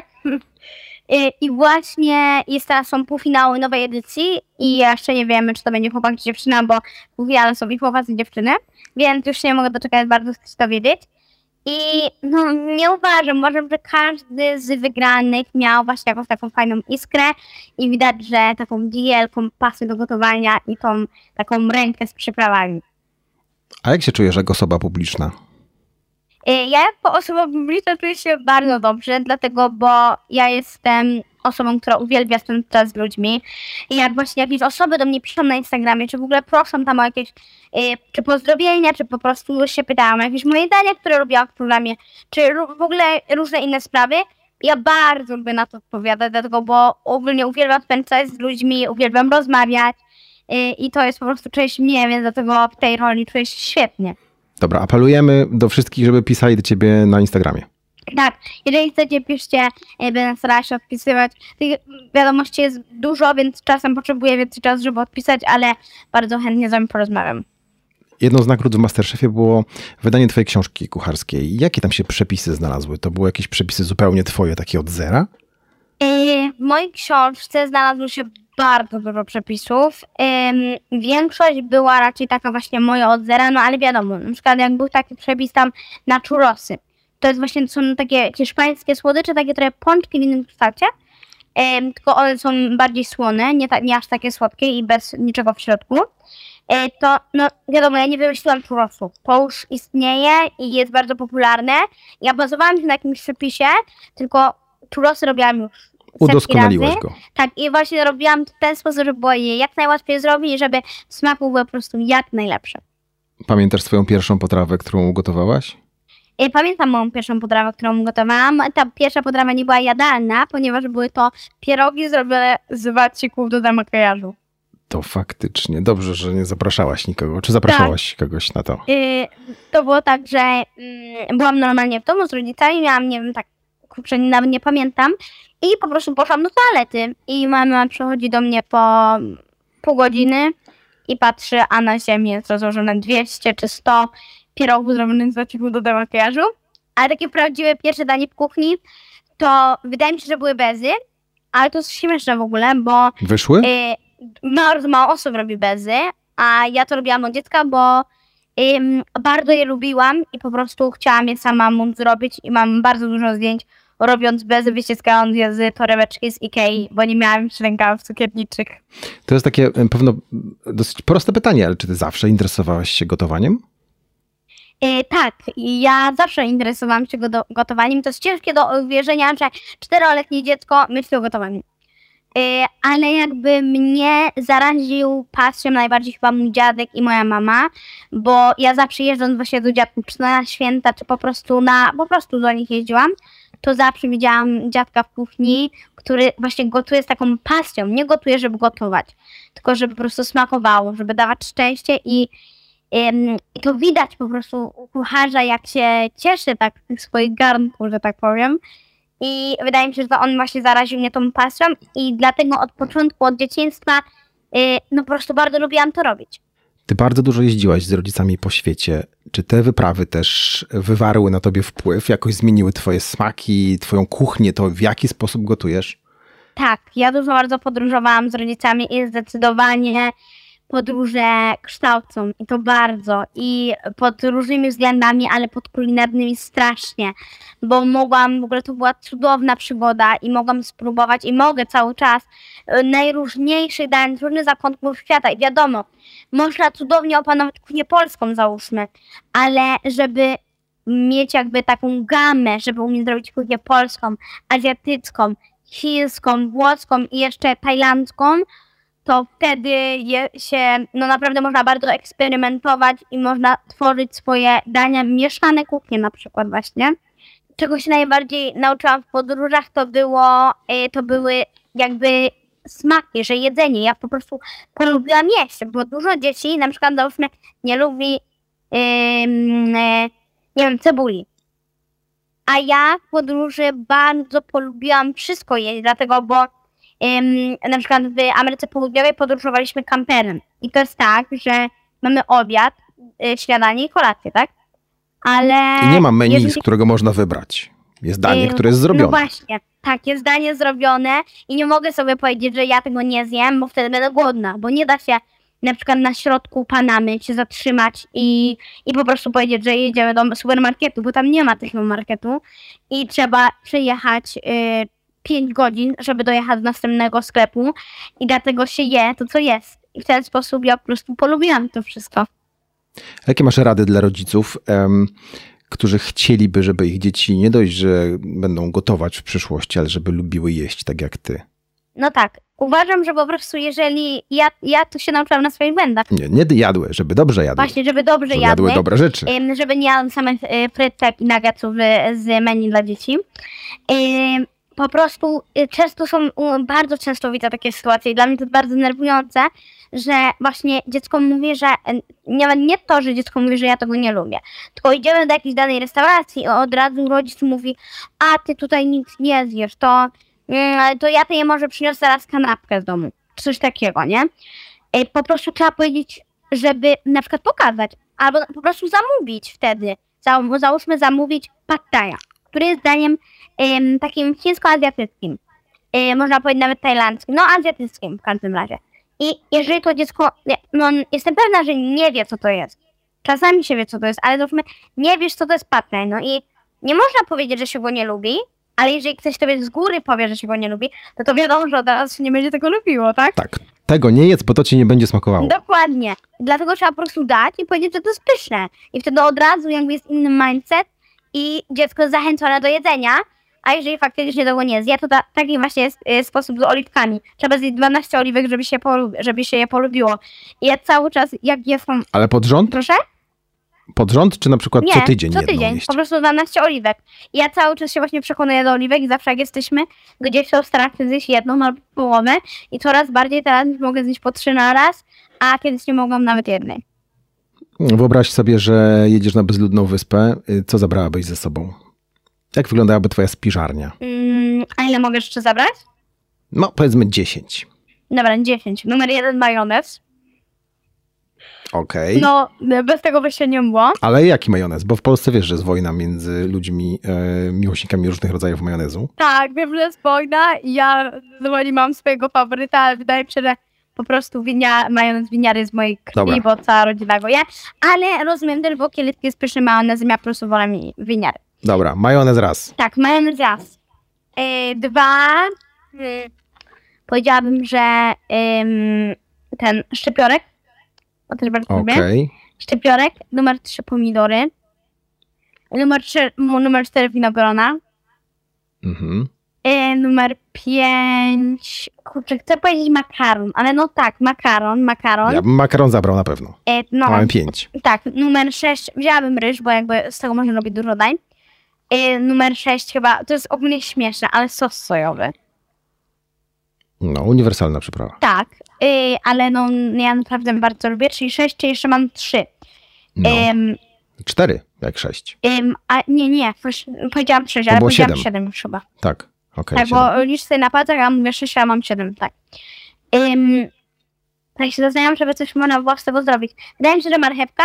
I właśnie są półfinały nowej edycji i jeszcze nie wiemy, czy to będzie chłopak czy dziewczyna, bo półfinale są i chłopacy i dziewczyny, więc już nie mogę doczekać, bardzo chcę to wiedzieć. I no nie uważam, że każdy z wygranych miał właśnie jakąś taką fajną iskrę i widać, że taką wielką pasję do gotowania i tą taką rękę z przyprawami. A jak się czujesz jako osoba publiczna? Ja jako osoba publiczna czuję się bardzo dobrze, dlatego, bo ja jestem osobą, która uwielbia spędzać czas z ludźmi. I jak właśnie jakieś osoby do mnie piszą na Instagramie, czy w ogóle proszą tam o jakieś czy pozdrowienia, czy po prostu się pytają o jakieś moje dania, które robiłam w programie, czy w ogóle różne inne sprawy, ja bardzo lubię na to odpowiadać, dlatego, bo ogólnie uwielbiam spędzać czas z ludźmi, uwielbiam rozmawiać i to jest po prostu część mnie, więc dlatego w tej roli czuję się świetnie. Dobra, apelujemy do wszystkich, żeby pisali do ciebie na Instagramie. Tak, jeżeli chcecie, piszcie, będę starała się odpisywać. Tych wiadomości jest dużo, więc czasem potrzebuję więcej czasu, żeby odpisać, ale bardzo chętnie z wami porozmawiam. Jedną z nagród w Masterchefie było wydanie twojej książki kucharskiej. Jakie tam się przepisy znalazły? To były jakieś przepisy zupełnie twoje, takie od zera? W mojej książce znalazło się bardzo dużo przepisów. Większość była raczej taka właśnie moja od zera, no ale wiadomo, na przykład jak był taki przepis tam na churrosy. To jest właśnie, są takie hiszpańskie słodycze, takie trochę pączki w innym kształcie, tylko one są bardziej słone, nie aż takie słodkie i bez niczego w środku. To, no wiadomo, ja nie wymyśliłam churrosu. To już istnieje i jest bardzo popularne. Ja bazowałam się na jakimś przepisie, tylko churrosy robiłam już Udoskonaliłaś go. Tak, i właśnie robiłam to w ten sposób, żeby było je jak najłatwiej zrobić i żeby smaku był po prostu jak najlepszy. Pamiętasz swoją pierwszą potrawę, którą ugotowałaś? Pamiętam moją pierwszą potrawę, którą gotowałam. Ta pierwsza potrawa nie była jadalna, ponieważ były to pierogi zrobione z wacików do makijażu. To faktycznie. Dobrze, że nie zapraszałaś nikogo. Czy zapraszałaś kogoś na to? To było tak, że byłam normalnie w domu z rodzicami, miałam, nie wiem, tak, kurczę, nawet nie pamiętam. I po prostu poszłam do toalety. I mama przychodzi do mnie po pół godziny i patrzy, a na ziemi jest rozłożone 200 czy 100 pierogów zrobionych z wacików do makijażu. Ale takie prawdziwe pierwsze danie w kuchni, to wydaje mi się, że były bezy. Ale to jest śmieszne w ogóle, bo... Wyszły? Bardzo mało osób robi bezy, a ja to robiłam od dziecka, bo bardzo je lubiłam i po prostu chciałam je sama móc zrobić i mam bardzo dużo zdjęć robiąc bezy, wyciskając je z torebeczki z Ikei, bo nie miałam już rękawów cukierniczych. To jest takie pewno dosyć proste pytanie, ale czy ty zawsze interesowałaś się gotowaniem? Tak, ja zawsze interesowałam się gotowaniem. To jest ciężkie do uwierzenia, że 4-letnie dziecko myśli o gotowaniu. Ale jakby mnie zaraził pasją najbardziej chyba mój dziadek i moja mama, bo ja zawsze jeżdżąc właśnie do dziadków, czy na święta, czy po prostu do nich jeździłam, to zawsze widziałam dziadka w kuchni, który właśnie gotuje z taką pasją. Nie gotuje, żeby gotować, tylko żeby po prostu smakowało, żeby dawać szczęście i to widać po prostu u kucharza, jak się cieszy tak w swoich garnku, że tak powiem. I wydaje mi się, że to on właśnie zaraził mnie tą pasją i dlatego od początku, od dzieciństwa no po prostu bardzo lubiłam to robić. Ty bardzo dużo jeździłaś z rodzicami po świecie. Czy te wyprawy też wywarły na tobie wpływ? Jakoś zmieniły twoje smaki, twoją kuchnię, to w jaki sposób gotujesz? Tak, ja dużo bardzo podróżowałam z rodzicami i zdecydowanie podróże kształcą i to bardzo i pod różnymi względami, ale pod kulinarnymi strasznie, bo mogłam, w ogóle to była cudowna przygoda i mogłam spróbować i mogę cały czas najróżniejszych dań z różnych zakątków świata i wiadomo, można cudownie opanować kuchnię polską załóżmy, ale żeby mieć jakby taką gamę, żeby umieć zrobić kuchnię polską, azjatycką, chińską, włoską i jeszcze tajlandzką, to wtedy no naprawdę można bardzo eksperymentować i można tworzyć swoje dania, mieszane kuchnie na przykład właśnie. Czego się najbardziej nauczyłam w podróżach, to były jakby smaki, że jedzenie. Ja po prostu polubiłam jeść, bo dużo dzieci na przykład załóżmy nie lubi nie wiem, cebuli. A ja w podróży bardzo polubiłam wszystko jeść, dlatego, bo na przykład w Ameryce Południowej podróżowaliśmy kamperem. I to jest tak, że mamy obiad, śniadanie i kolację, tak? Ale I nie ma menu, z którego można wybrać. Jest danie, które jest zrobione. No właśnie, tak, jest danie zrobione i nie mogę sobie powiedzieć, że ja tego nie zjem, bo wtedy będę głodna, bo nie da się na przykład na środku Panamy się zatrzymać i po prostu powiedzieć, że jedziemy do supermarketu, bo tam nie ma takiego marketu i trzeba przejechać 5 godzin, żeby dojechać do następnego sklepu i dlatego się je to, co jest. I w ten sposób ja po prostu polubiłam to wszystko. Jakie masz rady dla rodziców, którzy chcieliby, żeby ich dzieci nie dość, że będą gotować w przyszłości, ale żeby lubiły jeść tak jak ty? No tak. Uważam, że po prostu jeżeli ja to się nauczyłam na swoich błędach. Nie jadły, żeby dobrze jadły. Właśnie, żeby dobrze żeby jadły. Dobre rzeczy. Żeby nie jadły samych frytek i nuggetsów z menu dla dzieci. Po prostu bardzo często widzę takie sytuacje i dla mnie to bardzo denerwujące, że właśnie dziecko mówi, że nie to, że dziecko mówi, że ja tego nie lubię, tylko idziemy do jakiejś danej restauracji i od razu rodzic mówi, a ty tutaj nic nie zjesz, to ja tej może przyniosę teraz kanapkę z domu. Coś takiego, nie? Po prostu trzeba powiedzieć, żeby na przykład pokazać, albo po prostu zamówić wtedy. Załóżmy zamówić pad thai'a, który jest daniem takim chińsko-azjatyckim. Można powiedzieć nawet tajlandzkim, no azjatyckim w każdym razie. I jeżeli to dziecko, no jestem pewna, że nie wie, co to jest. Czasami się wie, co to jest, ale załóżmy, nie wiesz, co to jest pad thai, no i nie można powiedzieć, że się go nie lubi, ale jeżeli ktoś tobie z góry powie, że się go nie lubi, to wiadomo, że od razu się nie będzie tego lubiło, tak? Tak. Tego nie jedz, bo to ci nie będzie smakowało. Dokładnie. Dlatego trzeba po prostu dać i powiedzieć, że to jest pyszne. I wtedy od razu jakby jest inny mindset i dziecko jest zachęcone do jedzenia, a jeżeli faktycznie tego nie zje, to taki właśnie jest sposób z oliwkami. Trzeba zjeść 12 oliwek, żeby się je polubiło. I ja cały czas, jak jestem... Ale pod rząd? Proszę? Pod rząd, czy na przykład Nie, co tydzień co tydzień, jeść? po prostu 12 oliwek. I ja cały czas się właśnie przekonuję do oliwek i zawsze jak jesteśmy gdzieś, to staram się zjeść jedną albo połowę i coraz bardziej teraz mogę zjeść po 3 na raz, a kiedyś nie mogłam nawet jednej. Wyobraź sobie, że jedziesz na bezludną wyspę. Co zabrałabyś ze sobą? Jak wyglądałaby twoja spiżarnia? A ile mogę jeszcze zabrać? No, powiedzmy 10. Dobra, 10. Numer 1 majonez. Okej. No, bez tego by się nie było. Ale jaki majonez? Bo w Polsce wiesz, że jest wojna między ludźmi, miłośnikami różnych rodzajów majonezu. Tak, wiem, że jest wojna i ja nie mam swojego faworyta, ale wydaje mi się, że po prostu majonez winiary z mojej krwi, Dobra. bo cała rodzina go je. Ale rozumiem też, bo kielitki jest pyszny majonez, ja po prostu wolę winiary. Dobra, majonez raz. Tak, majonez raz. 2. Powiedziałabym, że ten szczypiorek. O, też bardzo lubię. Okej. Szczypiorek. Numer 3 pomidory. Numer 4 winogrona. Mhm. Numer 5. Kurczę, chcę powiedzieć makaron, ale no tak, makaron. Ja bym makaron zabrał na pewno. No, Mamy 5. tak, numer 6 wzięłabym ryż, bo jakby z tego można robić dużo dań. Numer 6 chyba, to jest ogólnie śmieszne, ale sos sojowy. No, uniwersalna przyprawa. Tak, ale no ja naprawdę bardzo lubię, czyli 6, czy jeszcze mam 3. No. 4. Jak 6? A nie, powiedziałam 6, To ale było powiedziałam 7. 7 już chyba. Tak, okej. Tak, 7. bo licz sobie na palcach, a mówię 6, a mam 7, tak. Tak się zastanawiam, żeby coś można było z tego zrobić. Wydaje mi się, że marchewka.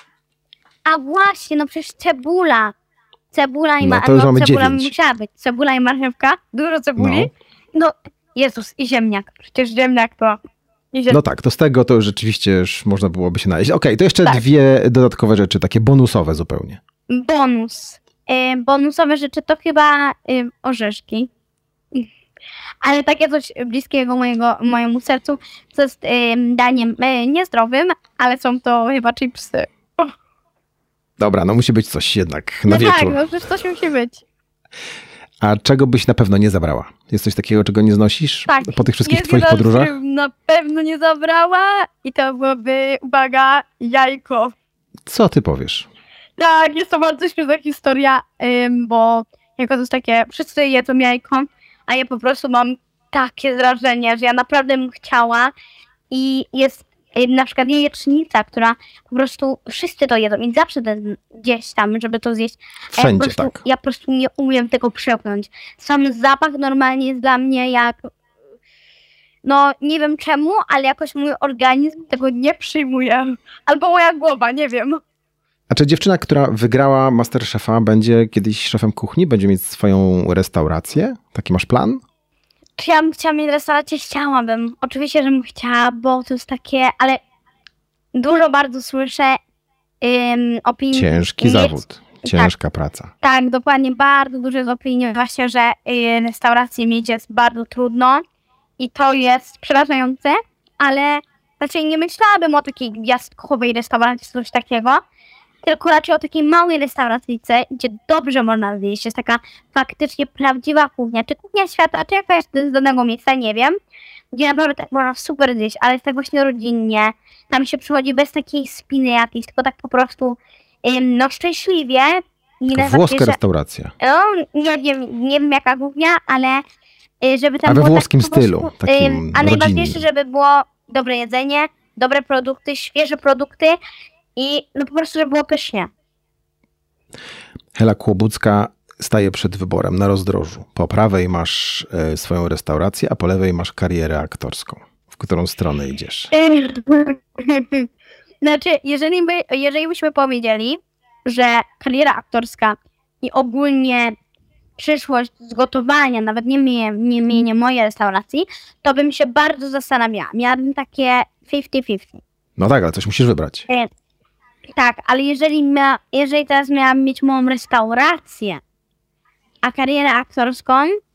A właśnie, no przecież cebula. Cebula i No to już mamy cebula 9. musiała być. Cebula i marchewka, dużo cebuli. No, Jezus, i ziemniak. Przecież ziemniak to... No tak, to z tego to rzeczywiście już można byłoby się najeść. Okej, to jeszcze Tak. 2 dodatkowe rzeczy, takie bonusowe zupełnie. Bonus. Bonusowe rzeczy to chyba orzeszki. Ale takie coś bliskiego mojemu sercu, co jest daniem niezdrowym, ale są to chyba chipsy. Dobra, no musi być coś jednak na No wieczór. tak, no przecież coś musi być. A czego byś na pewno nie zabrała? Jest coś takiego, czego nie znosisz Tak. po tych wszystkich Jest twoich jedna rzecz, podróżach? którą na pewno nie zabrała i to byłoby, uwaga, jajko. Co ty powiesz? Tak, jest to bardzo śmieszna historia, bo jajko to jest takie, wszyscy jedzą jajko, a ja po prostu mam takie wrażenie, że ja naprawdę bym chciała i jest na przykład jajecznica, która po prostu wszyscy to jedzą i zawsze to jest gdzieś tam, żeby to zjeść. Wszędzie, tak. Ja po prostu nie umiem tego przełknąć. Sam zapach normalnie jest dla mnie jak... No, nie wiem czemu, ale jakoś mój organizm tego nie przyjmuje. Albo moja głowa, nie wiem. A czy dziewczyna, która wygrała MasterChefa, będzie kiedyś szefem kuchni? Będzie mieć swoją restaurację? Taki masz plan? Czy ja bym chciała mieć restaurację? Chciałabym. Oczywiście, że bym chciała, bo to jest takie, ale dużo bardzo słyszę opinii. Ciężki zawód, ciężka praca. Tak, dokładnie, bardzo dużo jest opinii właśnie, że restaurację mieć jest bardzo trudno i to jest przerażające, ale raczej nie myślałabym o takiej gwiazdkowej restauracji, coś takiego, tylko raczej o takiej małej restauracyjce, gdzie dobrze można zjeść. Jest taka faktycznie prawdziwa kuchnia, czy kuchnia świata, czy jakaś z danego miejsca, nie wiem, gdzie naprawdę tak można super zjeść, ale jest tak właśnie rodzinnie, tam się przychodzi bez takiej spiny jakiejś, tylko tak po prostu no szczęśliwie. To włoska restauracja. No, nie wiem jaka kuchnia, ale żeby tam A we było włoskim tak po prostu, stylu, takim a najważniejsze, rodzinnym. żeby było dobre jedzenie, dobre produkty, świeże produkty i no po prostu, żeby było pysznie. Hela Kłobucka staje przed wyborem na rozdrożu. Po prawej masz swoją restaurację, a po lewej masz karierę aktorską. W którą stronę idziesz? Znaczy, jeżeli byśmy powiedzieli, że kariera aktorska i ogólnie przyszłość z gotowania, nawet nie mojej restauracji, to bym się bardzo zastanawiała. Miałabym takie 50-50. No tak, ale coś musisz wybrać. Tak, ale jeżeli teraz miałabym mieć moją restaurację, a karierę aktorską,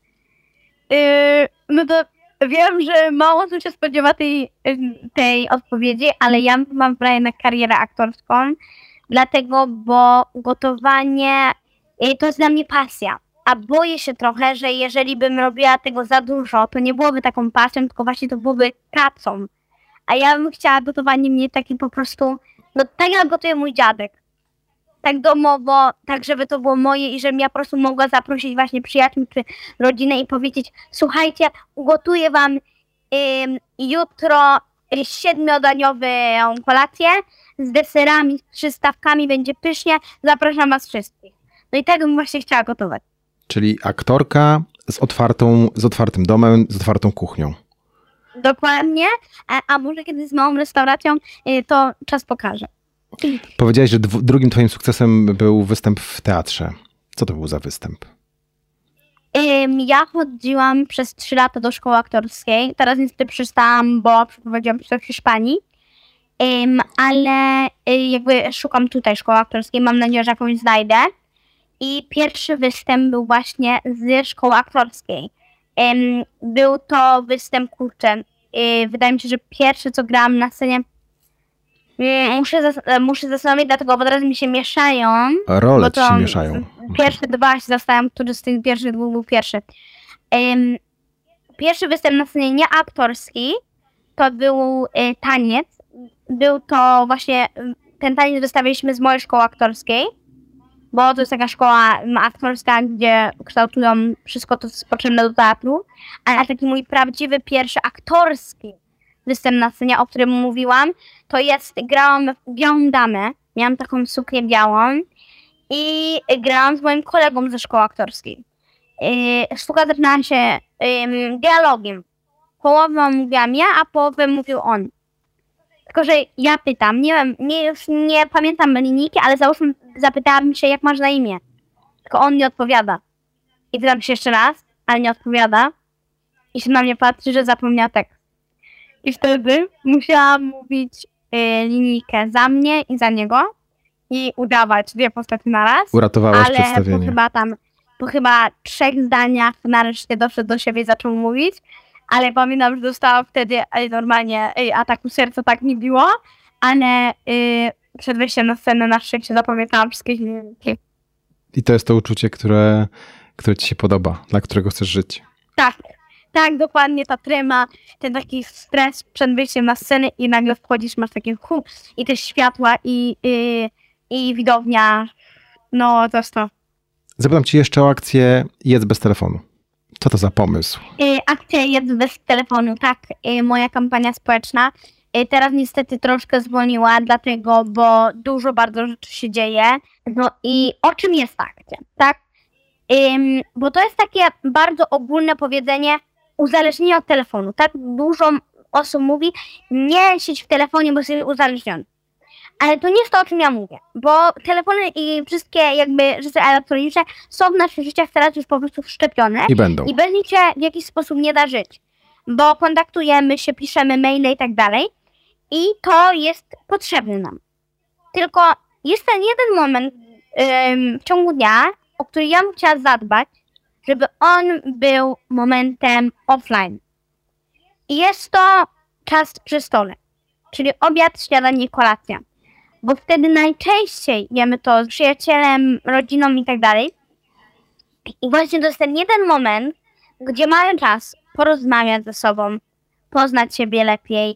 no to wiem, że mało osób się spodziewa tej odpowiedzi, ale ja mam plan na karierę aktorską, dlatego, bo gotowanie to jest dla mnie pasja. A boję się trochę, że jeżeli bym robiła tego za dużo, to nie byłoby taką pasją, tylko właśnie to byłoby pracą. A ja bym chciała gotowanie mieć taki po prostu, no tak jak gotuje mój dziadek. Tak domowo, tak żeby to było moje i żebym ja po prostu mogła zaprosić właśnie przyjaciół czy rodzinę i powiedzieć: słuchajcie, ugotuję wam jutro 7-daniową kolację z deserami, z przystawkami, będzie pysznie, zapraszam was wszystkich. No i tak bym właśnie chciała gotować. Czyli aktorka z otwartym domem, z otwartą kuchnią. Dokładnie, a może kiedy z małą restauracją, to czas pokaże. Powiedziałeś, że drugim twoim sukcesem był występ w teatrze. Co to był za występ? Ja chodziłam przez 3 lata do szkoły aktorskiej. Teraz niestety przestałam, bo przeprowadziłam się do Hiszpanii. Ale jakby szukam tutaj szkoły aktorskiej. Mam nadzieję, że jakąś znajdę. I pierwszy występ był właśnie ze szkoły aktorskiej. Był to występ, kurczę, wydaje mi się, że pierwszy, co grałam na scenie, muszę zastanowić, dlatego bo teraz mi się mieszają. Role ci się mieszają. Pierwsze 2 się zastanawiam, który z tych pierwszych 2 był pierwszy. Pierwszy występ na scenie nie aktorski, to był taniec. Był to właśnie, ten taniec wystawiliśmy z mojej szkoły aktorskiej, bo to jest taka szkoła aktorska, gdzie kształtują wszystko to, co jest potrzebne do teatru. Ale taki mój prawdziwy pierwszy aktorski występ na scenie, o którym mówiłam, to jest, grałam w Białą Damę. Miałam taką suknię białą i grałam z moim kolegą ze szkoły aktorskiej. Sztuka zaczynała się dialogiem. Połowę mówiłam ja, a połowę mówił on. Tylko, że ja pytam, już nie pamiętam linijki, ale załóżmy, zapytałam się, jak masz na imię. Tylko on nie odpowiada. I pytam się jeszcze raz, ale nie odpowiada. I się na mnie patrzy, że zapomniał tekst. I wtedy musiałam mówić linijkę za mnie i za niego. I udawać 2 postaci na raz. Uratowałaś przedstawienie. Ale po chyba 3 zdaniach nareszcie doszedł do siebie i zaczął mówić. Ale pamiętam, że dostałam wtedy normalnie ataku serca, tak mi biło. Ale przed wejściem na scenę na szczęście zapamiętałam wszystkie linijki. I to jest to uczucie, które ci się podoba, dla którego chcesz żyć. Tak, dokładnie, ta trema, ten taki stres przed wyjściem na scenę i nagle wchodzisz, masz takie i te światła i widownia, no to jest to. Zapytam cię jeszcze o akcję Jedz bez telefonu. Co to za pomysł? Akcja Jedz bez telefonu, tak, moja kampania społeczna. Teraz niestety troszkę zwolniła, dlatego, bo dużo bardzo rzeczy się dzieje. No i o czym jest ta akcja, tak? Bo to jest takie bardzo ogólne powiedzenie uzależnienie od telefonu, tak? Dużo osób mówi, nie siedź w telefonie, bo jesteś uzależniony. Ale to nie jest to, o czym ja mówię, bo telefony i wszystkie jakby rzeczy elektroniczne są w naszych życiach teraz już po prostu wszczepione. I będą. I bez nich się w jakiś sposób nie da żyć, bo kontaktujemy się, piszemy maile i tak dalej i to jest potrzebne nam. Tylko jest ten jeden moment w ciągu dnia, o który ja bym chciała zadbać, żeby on był momentem offline. I jest to czas przy stole, czyli obiad, śniadanie i kolacja. Bo wtedy najczęściej jemy to z przyjacielem, rodziną i tak dalej. I właśnie to jest ten jeden moment, gdzie mamy czas porozmawiać ze sobą, poznać siebie lepiej,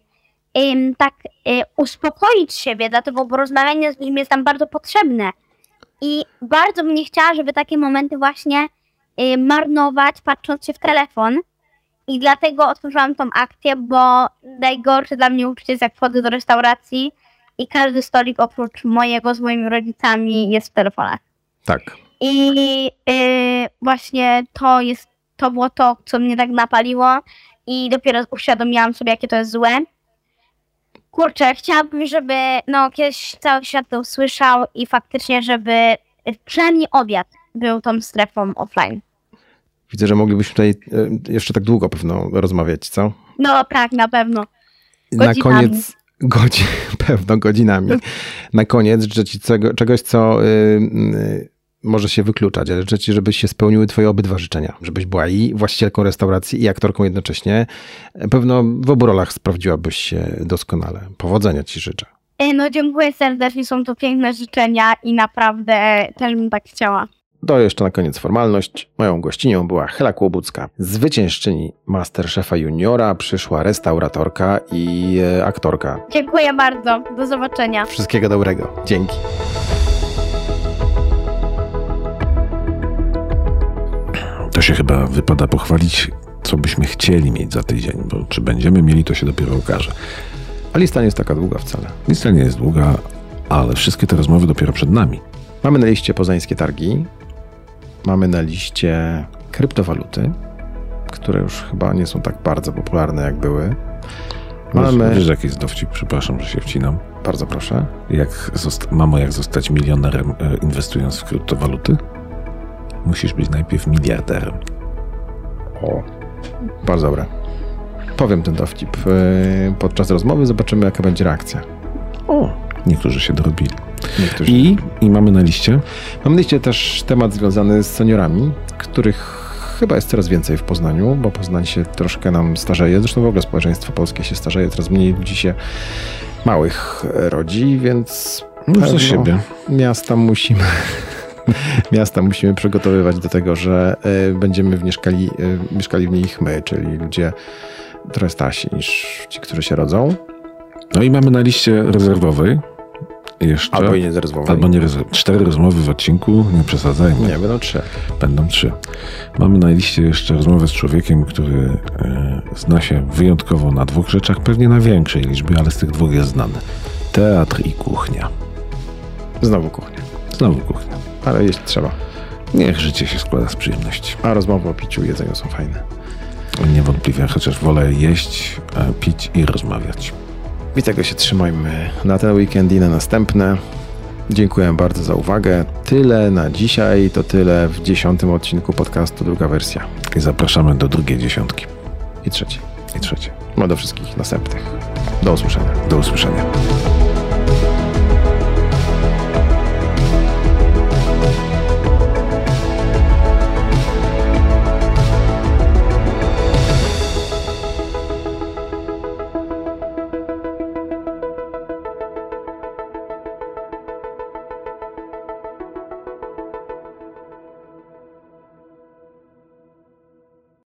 uspokoić siebie, dlatego bo rozmawianie z ludźmi jest tam bardzo potrzebne. I bardzo bym nie chciała, żeby takie momenty właśnie marnować, patrząc się w telefon. I dlatego otworzyłam tą akcję, bo najgorsze dla mnie uczucie jest, jak wchodzę do restauracji i każdy stolik oprócz mojego z moimi rodzicami jest w telefonach. Tak. I właśnie to było to, co mnie tak napaliło i dopiero uświadomiłam sobie, jakie to jest złe. Kurczę, chciałabym, żeby kiedyś cały świat to usłyszał i faktycznie, żeby przynajmniej obiad był tą strefą offline. Widzę, że moglibyśmy tutaj jeszcze tak długo pewno rozmawiać, co? No tak, na pewno. Godzinami. Na koniec, pewno godzinami. Na koniec życzę ci czegoś, co może się wykluczać, ale życzę ci, żebyś się spełniły twoje obydwa życzenia. Żebyś była i właścicielką restauracji, i aktorką jednocześnie. Pewno w obu rolach sprawdziłabyś się doskonale. Powodzenia ci życzę. No dziękuję serdecznie, są to piękne życzenia i naprawdę też bym tak chciała. To jeszcze na koniec formalność. Moją gościnią była Hela Kłobucka, zwyciężczyni Masterchefa Juniora, przyszła restauratorka i aktorka. Dziękuję bardzo. Do zobaczenia. Wszystkiego dobrego. Dzięki. To się chyba wypada pochwalić, co byśmy chcieli mieć za tydzień, bo czy będziemy mieli, to się dopiero okaże. A lista nie jest taka długa wcale. Lista nie jest długa, ale wszystkie te rozmowy dopiero przed nami. Mamy na liście poznańskie targi. Mamy na liście kryptowaluty, które już chyba nie są tak bardzo popularne, jak były. Wiesz, jaki jest dowcip? Przepraszam, że się wcinam. Bardzo proszę. Mamo, jak zostać milionerem inwestując w kryptowaluty? Musisz być najpierw miliarderem. O, bardzo dobre. Powiem ten dowcip podczas rozmowy, zobaczymy, jaka będzie reakcja. O, niektórzy się dorobili. I mamy na liście? Mam na liście też temat związany z seniorami, których chyba jest coraz więcej w Poznaniu, bo Poznań się troszkę nam starzeje. Zresztą w ogóle społeczeństwo polskie się starzeje, coraz mniej ludzi się małych rodzi, więc za siebie. Miasta musimy przygotowywać do tego, że będziemy mieszkali w nich my, czyli ludzie trochę starsi niż ci, którzy się rodzą. No i mamy na liście rezerwowej jeszcze. Albo i nierezerwowej. Albo nie rezerwowej. 4 rozmowy w odcinku, nie przesadzajmy. Nie, będą 3. Będą 3. Mamy na liście jeszcze rozmowę z człowiekiem, który zna się wyjątkowo na 2 rzeczach, pewnie na większej liczbie, ale z tych 2 jest znany. Teatr i kuchnia. Znowu kuchnia. Znowu kuchnia. Ale jeść trzeba. Niech życie się składa z przyjemności. A rozmowy o piciu i jedzeniu są fajne. Niewątpliwie, chociaż wolę jeść, pić i rozmawiać. I tego się trzymajmy na ten weekend i na następne. Dziękuję bardzo za uwagę. Tyle na dzisiaj, to tyle w 10. odcinku podcastu, druga wersja. I zapraszamy do drugiej 10. I trzeciej. I trzeciej. No do wszystkich następnych. Do usłyszenia. Do usłyszenia.